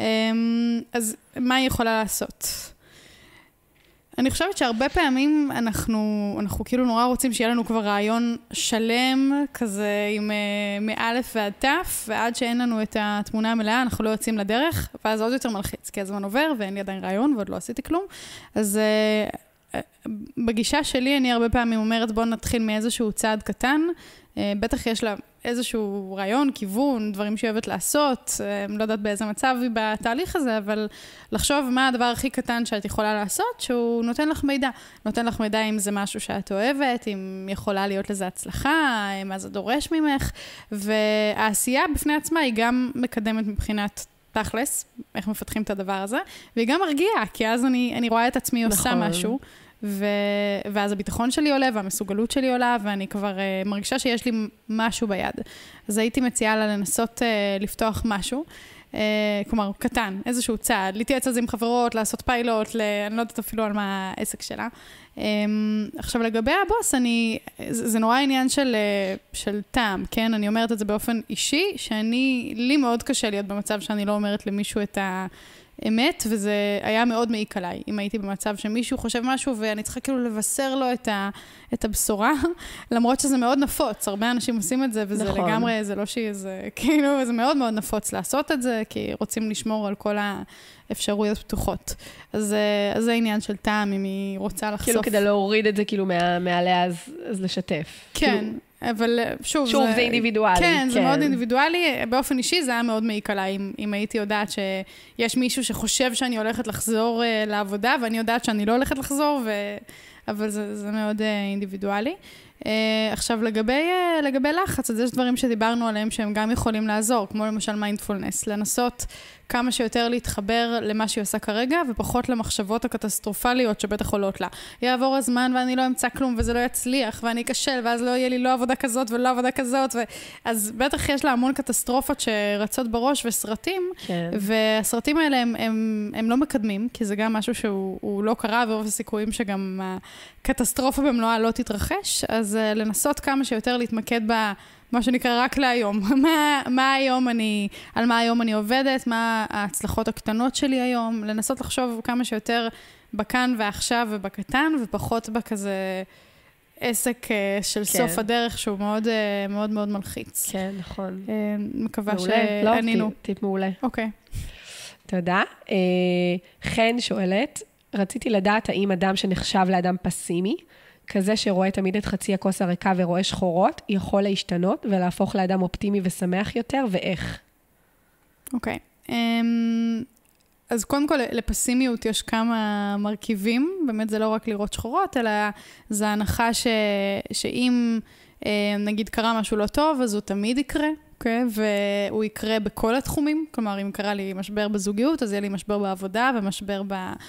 אז מה היא יכולה לעשות? אני חושבת שהרבה פעמים אנחנו, אנחנו כאילו נורא רוצים שיהיה לנו כבר רעיון שלם, כזה עם מאלף ועד תף, ועד שאין לנו את התמונה המלאה, אנחנו לא יוצאים לדרך, ואז עוד יותר מלחיץ, כי הזמן עובר ואין לי עדיין רעיון, ועוד לא עשיתי כלום. אז בגישה שלי אני הרבה פעמים אומרת, בוא נתחיל מאיזשהו צעד קטן, בטח יש לה איזשהו רעיון, כיוון, דברים שהיא אוהבת לעשות, לא יודעת באיזה מצב היא בתהליך הזה, אבל לחשוב מה הדבר הכי קטן שאת יכולה לעשות, שהוא נותן לך מידע. נותן לך מידע אם זה משהו שאת אוהבת, אם יכולה להיות לזה הצלחה, מה זה דורש ממך, והעשייה בפני עצמה היא גם מקדמת מבחינת תכלס, איך מפתחים את הדבר הזה, והיא גם מרגיעה, כי אז אני, אני רואה את עצמי נכון. עושה משהו, ו... ואז הביטחון שלי עולה, והמסוגלות שלי עולה, ואני כבר uh, מרגישה שיש לי משהו ביד. אז הייתי מציעה לה לנסות uh, לפתוח משהו, uh, כלומר, קטן, איזשהו צעד, להתייעץ על זה עם חברות, לעשות פיילוט, ל... אני לא יודעת אפילו על מה העסק שלה. Um, עכשיו, לגבי הבוס, אני, זה, זה נורא עניין של, של טעם, כן? אני אומרת את זה באופן אישי, שאני, לי מאוד קשה להיות במצב שאני לא אומרת למישהו את ה... אמת, וזה היה מאוד מעיק עליי, אם הייתי במצב שמישהו חושב משהו, ואני צריכה כאילו לבשר לו את, ה, את הבשורה, למרות שזה מאוד נפוץ, הרבה אנשים עושים את זה, וזה נכון. לגמרי, זה לא שהיא, זה כאילו, זה מאוד מאוד נפוץ לעשות את זה, כי רוצים לשמור על כל האפשרויות פתוחות. אז, אז זה העניין של טעם, אם היא רוצה לחשוף. כאילו כדי להוריד את זה כאילו מה, מעליה, אז, אז לשתף. כן. כאילו... אבל שוב, שוב זה, זה אינדיבידואלי. כן, כן, זה מאוד אינדיבידואלי. באופן אישי זה היה מאוד מעיק עליי, אם, אם הייתי יודעת שיש מישהו שחושב שאני הולכת לחזור uh, לעבודה, ואני יודעת שאני לא הולכת לחזור, ו... אבל זה, זה מאוד uh, אינדיבידואלי. Uh, עכשיו, לגבי, uh, לגבי לחץ, אז יש דברים שדיברנו עליהם שהם גם יכולים לעזור, כמו למשל מיינדפולנס, לנסות כמה שיותר להתחבר למה שהיא עושה כרגע, ופחות למחשבות הקטסטרופליות שבטח עולות לה. יעבור הזמן ואני לא אמצא כלום, וזה לא יצליח, ואני אקשל, ואז לא יהיה לי לא עבודה כזאת ולא עבודה כזאת, ו... אז בטח יש לה המון קטסטרופות שרצות בראש וסרטים, כן. והסרטים האלה הם, הם, הם לא מקדמים, כי זה גם משהו שהוא לא קרה, ורוב הסיכויים שגם הקטסטרופה במלואה לא תתרחש, אז לנסות כמה שיותר להתמקד בה, מה שנקרא רק להיום. מה, מה היום אני, על מה היום אני עובדת, מה ההצלחות הקטנות שלי היום, לנסות לחשוב כמה שיותר בכאן ועכשיו ובקטן, ופחות בכזה עסק של כן. סוף הדרך, שהוא מאוד מאוד מאוד מלחיץ. כן, נכון. מקווה שענינו. לא, טיפ מעולה. אוקיי. תודה. חן שואלת, רציתי לדעת האם אדם שנחשב לאדם פסימי, כזה שרואה תמיד את חצי הכוס הריקה ורואה שחורות, יכול להשתנות ולהפוך לאדם אופטימי ושמח יותר, ואיך? אוקיי. Okay. Um, אז קודם כל, לפסימיות יש כמה מרכיבים, באמת זה לא רק לראות שחורות, אלא זה ההנחה ש, שאם נגיד קרה משהו לא טוב, אז הוא תמיד יקרה, אוקיי? והוא יקרה בכל התחומים, כלומר, אם קרה לי משבר בזוגיות, אז יהיה לי משבר בעבודה ומשבר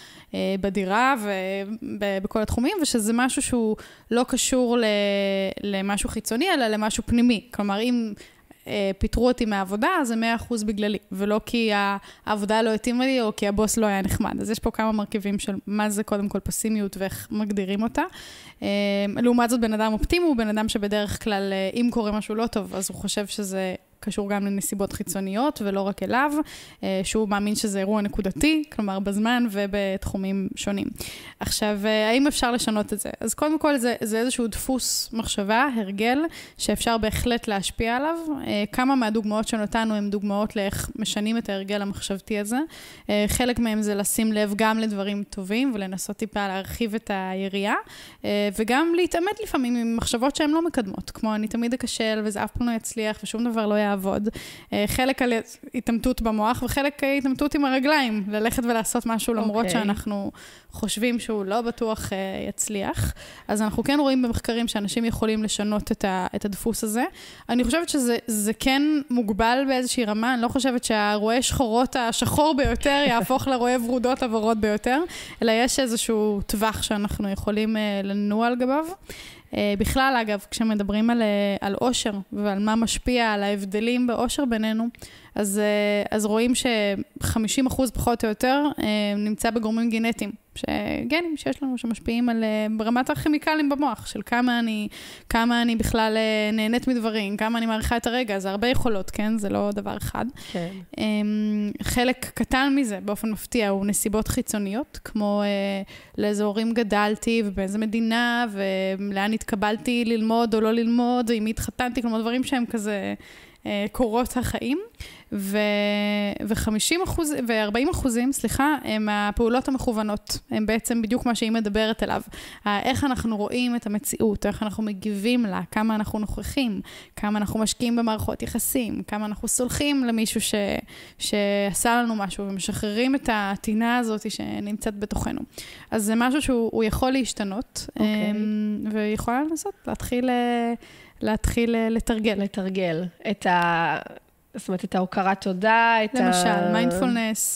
בדירה ובכל התחומים, ושזה משהו שהוא לא קשור למשהו חיצוני, אלא למשהו פנימי. כלומר, אם פיתרו אותי מהעבודה, אז זה מאה אחוז בגללי, ולא כי העבודה לא התאימה לי, או כי הבוס לא היה נחמד. אז יש פה כמה מרכיבים של מה זה קודם כל פסימיות, ואיך מגדירים אותה. לעומת זאת, בן אדם אופטימי הוא בן אדם שבדרך כלל, אם קורה משהו לא טוב, אז הוא חושב שזה קשור גם לנסיבות חיצוניות, ולא רק אליו, שהוא מאמין שזה אירוע נקודתי, כלומר בזמן ובתחומים שונים. עכשיו, האם אפשר לשנות את זה? אז קודם כל זה, זה איזשהו דפוס מחשבה, הרגל, שאפשר בהחלט להשפיע עליו. כמה מהדוגמאות שנותנו הם דוגמאות לאיך משנים את ההרגל המחשבתי הזה. חלק מהם זה לשים לב גם לדברים טובים, ולנסות טיפה להרחיב את היריעה, וגם להתאמת לפעמים עם מחשבות שהן לא מקדמות, כמו אני תמיד אקשל, וזה אף פעם לא יצליח, ושום דבר לא יעבוד. חלק על התאמתות במוח, וחלק התאמתות עם הרגליים, ללכת ולעשות משהו, למרות okay. שאנחנו חושבים שהוא לא בטוח יצליח. אז אנחנו כן רואים במחקרים שאנשים יכולים לשנות את, ה, את הדפוס הזה. אני חושבת שזה זה כן מוגבל באיזושהי רמה, אני לא חושבת שהרואה שחורות השחור ביותר יהפוך לרואה ורודות הוורוד ביותר, אלא יש איזשהו טווח שאנחנו יכולים לנוע על גביו. בכלל, אגב, כשמדברים על, על אושר ועל מה משפיע על ההבדלים באושר בינינו, אז, אז רואים ש-חמישים אחוז פחות או יותר נמצא בגורמים גנטיים, שגנים שיש לנו שמשפיעים על ברמת הכימיקלים במוח, של כמה אני, כמה אני בכלל נהנית מדברים, כמה אני מעריכה את הרגע, זה הרבה יכולות, כן? זה לא דבר אחד. כן. חלק קטן מזה, באופן מפתיע, הוא נסיבות חיצוניות, כמו לאיזה הורים גדלתי, ובאיזה מדינה, ולאן התקבלתי ללמוד או לא ללמוד, אם התחתנתי, כלומר דברים שהם כזה קורות החיים, ו-חמישים אחוז, ו-ארבעים אחוזים, סליחה, הם הפעולות המכוונות, הם בעצם בדיוק מה שהיא מדברת אליו. איך אנחנו רואים את המציאות, איך אנחנו מגיבים לה, כמה אנחנו נוכחים, כמה אנחנו משקיעים במערכות יחסים, כמה אנחנו סולחים למישהו ש... שעשה לנו משהו, ומשחררים את התינה הזאת שנמצאת בתוכנו. אז זה משהו שהוא יכול להשתנות, okay. ויכולה לנסות להתחיל... להתחיל לתרגל. לתרגל את ה... זאת אומרת, את ההוקרת תודה, את ה... למשל, מיינדפולנס.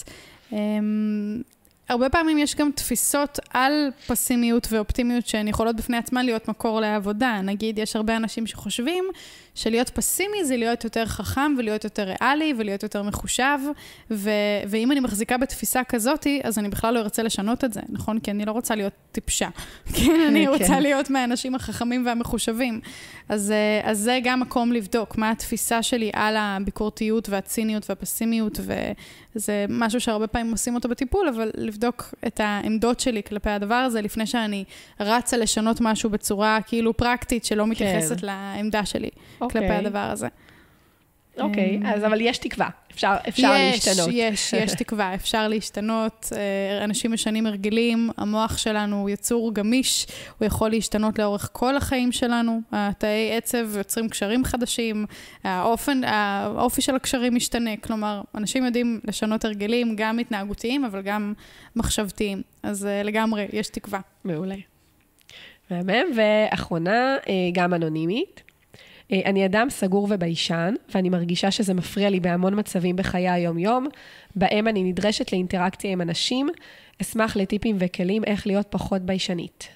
הרבה פעמים יש גם תפיסות על פסימיות ואופטימיות שהן יכולות בפני עצמן להיות מקור לעבודה. נגיד, יש הרבה אנשים שחושבים שלהיות פסימי זה להיות יותר חכם ולהיות יותר ריאלי ולהיות יותר מחושב, ו- ואם אני מחזיקה בתפיסה כזאת, אז אני בכלל לא ארצה לשנות את זה, נכון? כי אני לא רוצה להיות טיפשה. כן, אני רוצה להיות מהאנשים החכמים והמחושבים. אז, אז זה גם מקום לבדוק מה התפיסה שלי על הביקורתיות והציניות והפסימיות, וזה משהו שהרבה פעמים עושים אותו בטיפול, אבל לבדוק את העמדות שלי כלפי הדבר הזה, לפני שאני רצה לשנות משהו בצורה כאילו פרקטית, שלא מתייחסת כן. לעמדה שלי. כלפי הדבר הזה. אוקיי, אז אבל יש תקווה, אפשר, אפשר יש, להשתנות. יש, יש תקווה, אפשר להשתנות, אנשים משנים הרגלים, המוח שלנו הוא יצור גמיש, הוא יכול להשתנות לאורך כל החיים שלנו, התאי עצב יוצרים קשרים חדשים, האופן, האופי של הקשרים משתנה, כלומר, אנשים יודעים לשנות הרגלים, גם התנהגותיים, אבל גם מחשבתיים, אז לגמרי, יש תקווה. מעולה. מהמם, ואחרונה, גם אנונימית. אני אדם סגור וביישן, ואני מרגישה שזה מפריע לי בהמון מצבים בחיי היום-יום, בהם אני נדרשת לאינטראקציה עם אנשים, אשמח לטיפים וכלים איך להיות פחות ביישנית.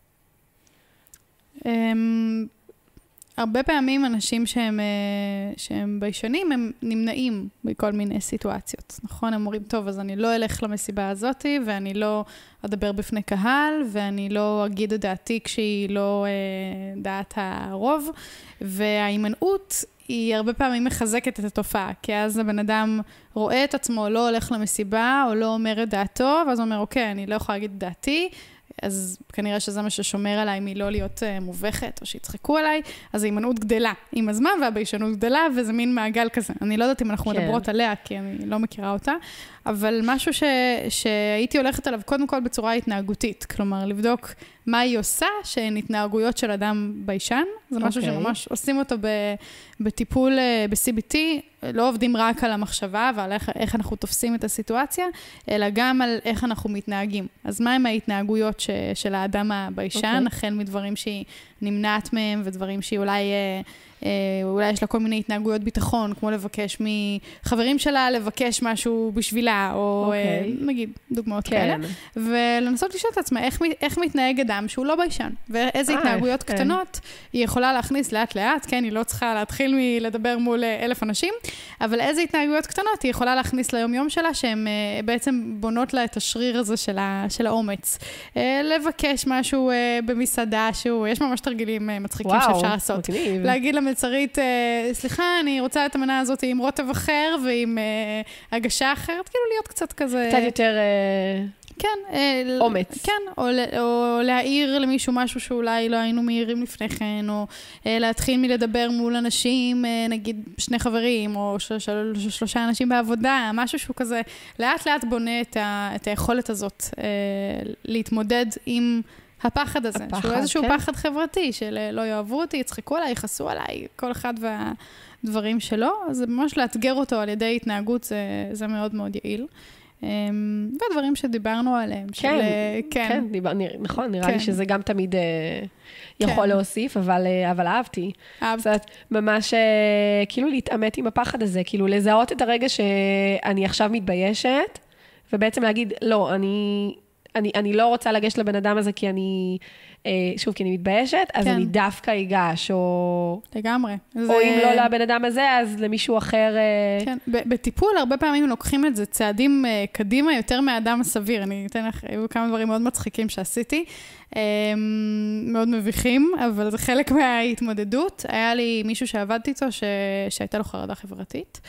הרבה פעמים אנשים שהם, שהם ביישנים, הם נמנעים בכל מיני סיטואציות, נכון? הם אומרים, טוב, אז אני לא אלך למסיבה הזאת, ואני לא אדבר בפני קהל, ואני לא אגיד את דעתי כשהיא לא דעת הרוב, וההימנעות היא הרבה פעמים מחזקת את התופעה, כי אז הבן אדם רואה את עצמו, לא הולך למסיבה, או לא אומר את דעתו, ואז הוא אומר, אוקיי, אני לא יכולה להגיד את דעתי, אז כנראה שזה מה ששומר עליי מלא להיות uh, מובכת, או שיצחקו עליי, אז ההימנעות גדלה עם הזמן, והביישנות גדלה, וזה מין מעגל כזה. אני לא יודעת אם אנחנו כן. מדברות עליה, כי אני לא מכירה אותה, אבל משהו ש... שהייתי הולכת עליו קודם כל בצורה התנהגותית, כלומר, לבדוק מה היא עושה, שהן התנהגויות של אדם ביישן, זה משהו okay. שממש עושים אותו ב... בטיפול ב-סי בי טי, לא עובדים רק על המחשבה ועל איך, איך אנחנו תופסים את הסיטואציה, אלא גם על איך אנחנו מתנהגים. אז מה הם ההתנהגויות ש... של האדם הביישן, okay. החל מדברים שהיא נמנעת מהם, ודברים שהיא אולי... אולי יש לה כל מיני התנהגויות ביטחון, כמו לבקש מחברים שלה, לבקש משהו בשבילה, או okay. נגיד דוגמאות כן. כאלה, ולנסות לשאול את עצמה, איך, איך מתנהג אדם שהוא לא ביישן, ואיזה התנהגויות כן. קטנות היא יכולה להכניס לאט לאט, כן, היא לא צריכה להתחיל מלדבר מול אלף אנשים, אבל איזה התנהגויות קטנות היא יכולה להכניס ליום יום שלה, שהן בעצם בונות לה את השריר הזה של, ה, של האומץ. לבקש משהו במסעדה, שהוא, יש ממש תרגילים מצחיקים וואו, שאפשר לעשות. מגניב. להגיד למצרית, סליחה, אני רוצה את המנה הזאת עם רוטב אחר, ועם uh, הגשה אחרת, כאילו להיות קצת כזה... קצת יותר... כן. אומץ. כן, או, או להעיר למישהו משהו שאולי לא היינו מהירים לפני כן, או להתחיל מלדבר מול אנשים, נגיד שני חברים, או של, של, של, שלושה אנשים בעבודה, משהו שהוא כזה, לאט לאט בונה את, ה, את היכולת הזאת, להתמודד עם... הפחד הזה, הפחד, שהוא איזשהו כן. פחד חברתי, של לא יאהבו אותי, יצחקו עליי, יחסו עליי, כל אחד והדברים שלו, אז זה ממש לאתגר אותו על ידי התנהגות, זה, זה מאוד מאוד יעיל. והדברים שדיברנו עליהם. כן, של, כן. כן דיבר, נכון, נראה כן. לי שזה גם תמיד יכול כן. להוסיף, אבל, אבל אהבתי. אהבת. זאת, ממש כאילו להתאמת עם הפחד הזה, כאילו לזהות את הרגע שאני עכשיו מתביישת, ובעצם להגיד, לא, אני... אני, אני לא רוצה לגשת לבן אדם הזה כי אני, אה, שוב, כי אני מתביישת, אז כן. אני דווקא אגש, או... לגמרי. או זה... אם לא לבן אדם הזה, אז למישהו אחר... אה... כן, בטיפול הרבה פעמים לוקחים את זה צעדים אה, קדימה יותר מהאדם הסביר. אני אתן לך, היו כמה דברים מאוד מצחיקים שעשיתי, אה, מאוד מביכים, אבל זה חלק מההתמודדות. היה לי מישהו שעבדתי איתו, ש... שהייתה לו חרדה חברתית,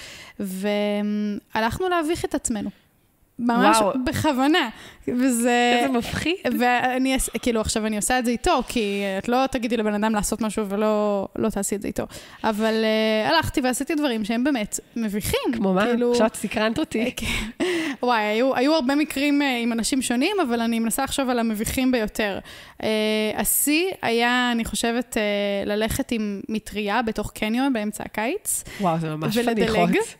והלכנו להביך את עצמנו. ממש וואו. בכוונה. וזה... איזה מפחיד. ואני, כאילו, עכשיו אני עושה את זה איתו, כי את לא תגידי לבן אדם לעשות משהו ולא לא תעשי את זה איתו. אבל uh, הלכתי ועשיתי דברים שהם באמת מביכים. כמו מה? כאילו... עכשיו סקרנת אותי. וואי, היו, היו הרבה מקרים uh, עם אנשים שונים, אבל אני מנסה לחשוב על המביכים ביותר. Uh, השיא היה, אני חושבת, uh, ללכת עם מטריה בתוך קניון באמצע הקיץ. וואו, זה ממש פדיחות.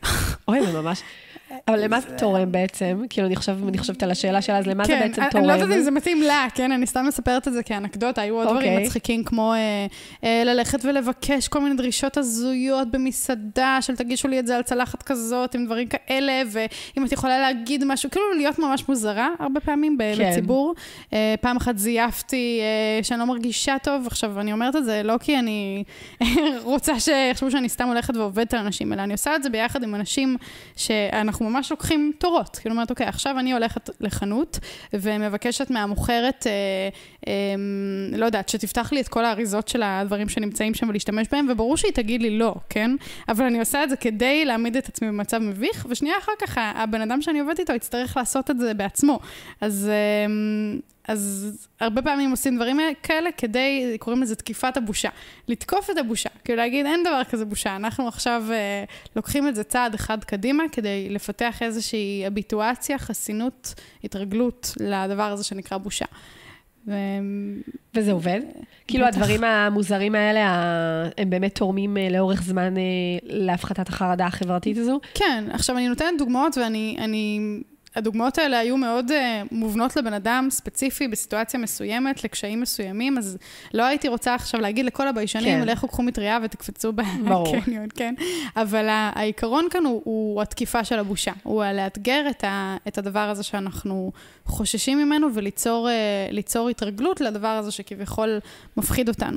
אוי, זה ממש... אבל למה זה תורם בעצם? כאילו, אני חושבת, אני חושבת על השאלה שלה, אז למה זה בעצם תורם? אני לא יודעת אם זה מתאים לה, כן? אני סתם מספרת את זה כאנקדוטה, היו עוד דברים מצחיקים, כמו ללכת ולבקש כל מיני דרישות הזויות במסעדה, של תגישו לי את זה על צלחת כזאת, עם דברים כאלה, ואם את יכולה להגיד משהו, כאילו להיות ממש מוזרה, הרבה פעמים בציבור. פעם אחת זייפתי שאני לא מרגישה טוב, עכשיו אני אומרת את זה, לא כי אני רוצה שיחשבו שאני סתם הולכת ועובדת על אנשים, אלא אני עושה את זה ביחד עם אנשים שאנחנו ממש לוקחים תורות. כאילו אומרת, אוקיי, עכשיו אני הולכת לחנות, ומבקשת מהמוכרת, אה, אה, לא יודעת, שתפתח לי את כל האריזות של הדברים שנמצאים שם ולהשתמש בהם, וברור שהיא תגיד לי לא, כן? אבל אני עושה את זה כדי להעמיד את עצמי במצב מביך, ושנייה אחר כך, הבן אדם שאני עובדת איתו יצטרך לעשות את זה בעצמו. אז... אה, אז הרבה פעמים עושים דברים כאלה כדי, קוראים לזה תקיפת הבושה. לתקוף את הבושה, כאילו להגיד, אין דבר כזה בושה. אנחנו עכשיו אה, לוקחים את זה צעד אחד קדימה, כדי לפתח איזושהי אביטואציה, חסינות, התרגלות לדבר הזה שנקרא בושה. ו... וזה עובד? כאילו הדברים המוזרים האלה, הם באמת תורמים לאורך זמן להפחתת החרדה החברתית הזו? כן, עכשיו אני נותנת דוגמאות ואני... אני... הדוגמאות האלה היו מאוד uh, מובנות לבן אדם ספציפי בסיטואציה מסוימת, לקשיים מסוימים, אז לא הייתי רוצה עכשיו להגיד לכל הביישנים, כן. לכו קחו מטריה ותקפצו בקניון, כן? אבל העיקרון כאן הוא, הוא התקיפה של הבושה, הוא לאתגר את, ה, את הדבר הזה שאנחנו חוששים ממנו, וליצור uh, ליצור התרגלות לדבר הזה שכביכול מפחיד אותנו.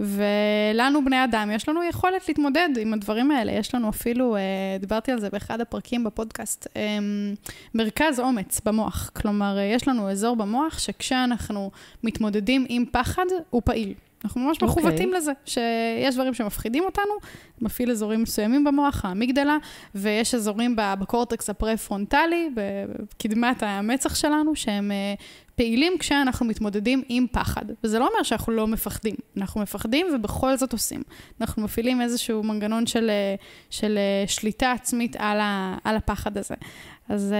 ולנו בני אדם, יש לנו יכולת להתמודד עם הדברים האלה, יש לנו אפילו, uh, דיברתי על זה באחד הפרקים בפודקאסט, um, מרכז מרכז אומץ במוח, כלומר, יש לנו אזור במוח שכשאנחנו מתמודדים עם פחד, הוא פעיל. אנחנו ממש okay. מחובתים לזה, שיש דברים שמפחידים אותנו, מפעיל אזורים מסוימים במוח, האמיגדלה, ויש אזורים בקורטקס הפרה-פרונטלי, בקדמת המצח שלנו, שהם פעילים כשאנחנו מתמודדים עם פחד. וזה לא אומר שאנחנו לא מפחדים. אנחנו מפחדים ובכל זאת עושים. אנחנו מפעילים איזשהו מנגנון של, של שליטה עצמית על, ה, על הפחד הזה. אז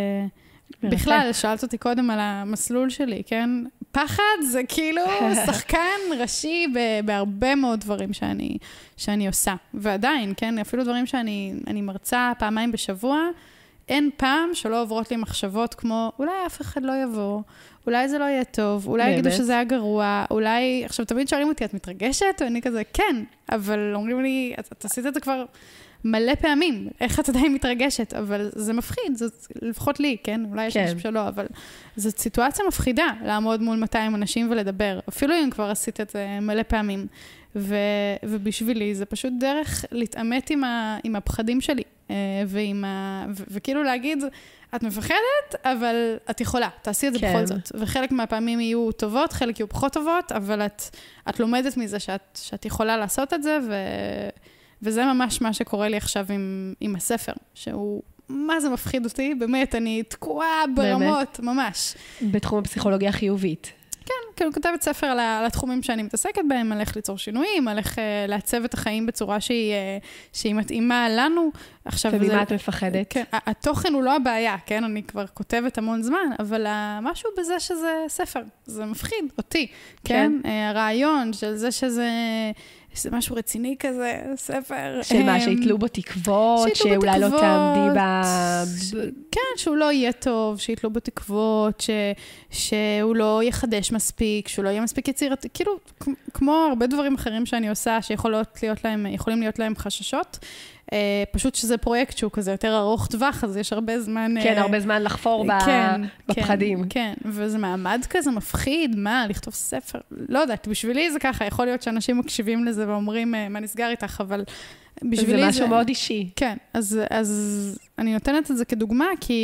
בכלל, שאלת אותי קודם על המסלול שלי, כן? פחד זה כאילו שחקן ראשי בהרבה מאוד דברים שאני, שאני עושה. ועדיין, כן? אפילו דברים שאני אני מרצה פעמיים בשבוע, אין פעם שלא עוברות לי מחשבות כמו, אולי אף אחד לא יבוא, אולי זה לא יהיה טוב, אולי יגידו שזה היה גרוע, אולי, עכשיו תמיד שואלים אותי, את מתרגשת? ואני כזה, כן, אבל אומרים לי, את, את עשית את זה כבר מלא פעמים, איך את עדיין מתרגשת, אבל זה מפחיד, זה לפחות לי, כן? אולי יש משהו שלא, אבל זאת סיטואציה מפחידה, לעמוד מול מאתיים אנשים ולדבר, אפילו אם כבר עשית את זה מלא פעמים, ו, ובשבילי זה פשוט דרך להתאמת עם, ה, עם הפחדים שלי, ועם ה, ו, וכאילו להגיד, את מפחדת, אבל את יכולה, תעשי את זה כן. בכל זאת. וחלק מהפעמים יהיו טובות, חלק יהיו פחות טובות, אבל את, את לומדת מזה שאת, שאת יכולה לעשות את זה, ו, וזה ממש מה שקורה לי עכשיו עם, עם הספר, שהוא, מה זה מפחיד אותי? באמת, אני תקועה ברמות, באמת. ממש. בתחום הפסיכולוגיה החיובית. כן, כאילו כותבת ספר על, על התחומים שאני מתעסקת בהם, על איך ליצור שינויים, על איך uh, לעצב את החיים בצורה שהיא, uh, שהיא מתאימה לנו. וממה זה, את מפחדת? כן, התוכן הוא לא הבעיה, כן? אני כבר כותבת המון זמן, אבל משהו בזה שזה ספר, זה מפחיד אותי, כן? כן? הרעיון של זה שזה... זה משהו רציני כזה, ספר. של מה, שיתלו בו תקוות, שאולי לא תעמדי ב... כן, שהוא לא יהיה טוב, שיתלו בו תקוות, שהוא לא יחדש מספיק, שהוא לא יהיה מספיק יצירתי, כאילו, כמו הרבה דברים אחרים שאני עושה, שיכולים להיות להם חששות, פשוט שזה פרויקט שהוא כזה יותר ארוך טווח, אז יש הרבה זמן... כן, הרבה זמן לחפור בפחדים. כן, וזה מעמד כזה מפחיד, מה, לכתוב ספר? לא יודעת, בשבילי זה ככה, יכול להיות שאנשים מקשיבים לזה ואומרים, מה נסגר איתך, אבל בשבילי זה... זה משהו מאוד אישי. כן, אז אני נותנת את זה כדוגמה,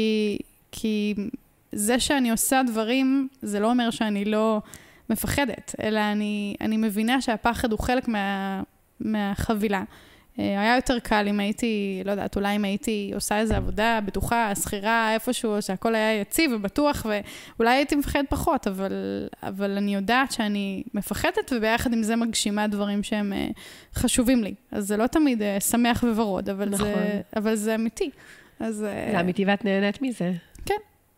כי זה שאני עושה דברים, זה לא אומר שאני לא מפחדת, אלא אני מבינה שהפחד הוא חלק מהחבילה. היה יותר קל אם הייתי, לא יודעת, אולי אם הייתי עושה איזו עבודה בטוחה, סחירה, איפשהו, שהכל היה יציב ובטוח, ואולי הייתי מפחדת פחות, אבל, אבל אני יודעת שאני מפחדת, וביחד עם זה מגשימה דברים שהם חשובים לי. אז זה לא תמיד שמח וורוד, אבל, נכון. זה, אבל זה אמיתי. אז, זה אמיתי ואת נהנית מזה. כן.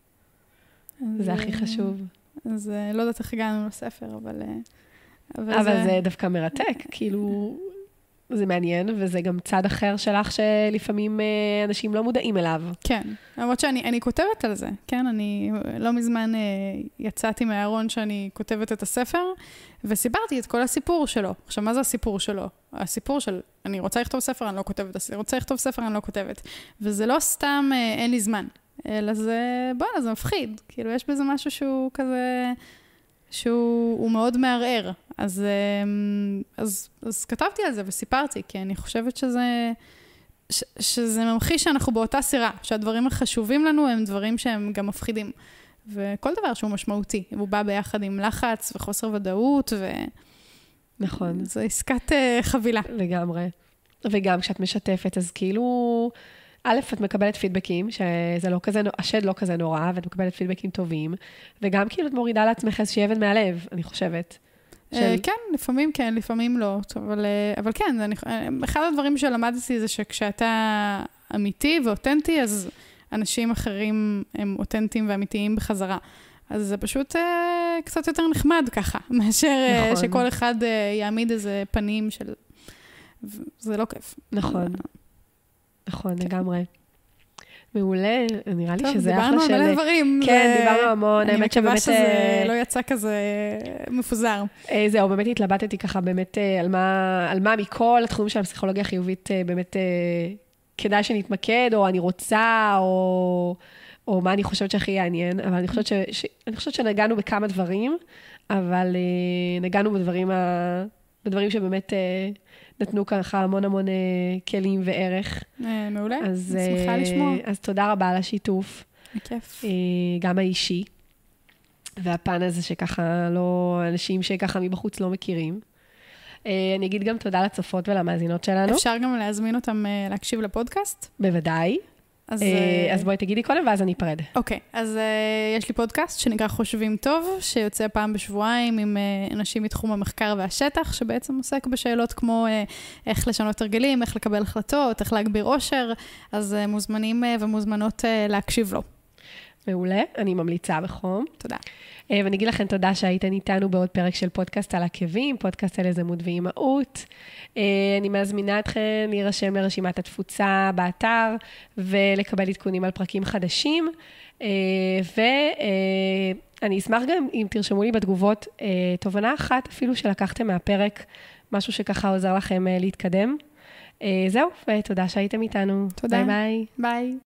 זה אז, הכי חשוב. אז לא יודעת איך הגענו לספר, אבל... אבל, אבל זה... זה דווקא מרתק, כאילו... זה מעניין, וזה גם צד אחר שלך שלפעמים אנשים לא מודעים אליו. כן, למרות שאני אני כותבת על זה, כן? אני לא מזמן יצאתי מהארון שאני כותבת את הספר, וסיפרתי את כל הסיפור שלו. עכשיו, מה זה הסיפור שלו? הסיפור של, אני רוצה לכתוב ספר, אני לא כותבת, אני רוצה לכתוב ספר, אני לא כותבת. וזה לא סתם, אין לי זמן, אלא זה, בוא, זה מפחיד. כאילו, יש בזה משהו שהוא כזה, שהוא מאוד מערער. אז, אז, אז כתבתי על זה וסיפרתי, כי אני חושבת שזה, ש, שזה ממחיש שאנחנו באותה סירה, שהדברים החשובים לנו הם דברים שהם גם מפחידים. וכל דבר שהוא משמעותי, הוא בא ביחד עם לחץ וחוסר ודאות, ו... נכון. זו עסקת uh, חבילה. לגמרי. וגם כשאת משתפת, אז כאילו, א', את מקבלת פידבקים, שזה לא כזה, השד לא כזה נורא, ואת מקבלת פידבקים טובים, וגם כאילו את מורידה לעצמך איזושהי אבן מהלב, אני חושבת. של... כן, לפעמים כן, לפעמים לא, אבל, אבל כן, אני, אחד הדברים שלמדתי זה שכשאתה אמיתי ואותנטי, אז אנשים אחרים הם אותנטיים ואמיתיים בחזרה. אז זה פשוט אה, קצת יותר נחמד ככה, מאשר נכון. שכל אחד אה, יעמיד איזה פנים של... זה לא כיף. נכון. נכון, כן. לגמרי. מעולה, נראה לי טוב, שזה אחלה של... טוב, דיברנו על מלא דברים. כן, ו... דיברנו המון. אני מקווה שזה לא יצא כזה מפוזר. זהו, באמת התלבטתי ככה באמת על מה, על מה מכל התחומים של הפסיכולוגיה החיובית באמת כדאי שנתמקד, או אני רוצה, או, או מה אני חושבת שהכי יעניין, אבל אני חושבת, ש... ש... אני חושבת שנגענו בכמה דברים, אבל נגענו בדברים, ה... בדברים שבאמת... נתנו ככה המון המון כלים וערך. מעולה, אז, שמחה לשמוע. אז תודה רבה על השיתוף. בכיף. גם האישי. והפן הזה שככה לא, אנשים שככה מבחוץ לא מכירים. אני אגיד גם תודה לצופות ולמאזינות שלנו. אפשר גם להזמין אותם להקשיב לפודקאסט? בוודאי. אז, אז בואי תגידי קודם, ואז אני אפרד. אוקיי, אז יש לי פודקאסט שנקרא חושבים טוב, שיוצא פעם בשבועיים עם אנשים מתחום המחקר והשטח, שבעצם עוסק בשאלות כמו איך לשנות הרגלים, איך לקבל החלטות, איך להגביר עושר, אז מוזמנים ומוזמנות להקשיב לו. מעולה, אני ממליצה בחום. תודה. ואני אגיד לכם תודה שהייתן איתנו בעוד פרק של פודקאסט על עקבים, פודקאסט על יזמות ואימהות. אני מזמינה אתכם להירשם לרשימת התפוצה באתר, ולקבל עדכונים על פרקים חדשים. ואני אשמח גם אם תרשמו לי בתגובות תובנה אחת אפילו שלקחתם מהפרק, משהו שככה עוזר לכם להתקדם. זהו, ותודה שהייתם איתנו. תודה. ביי ביי. ביי.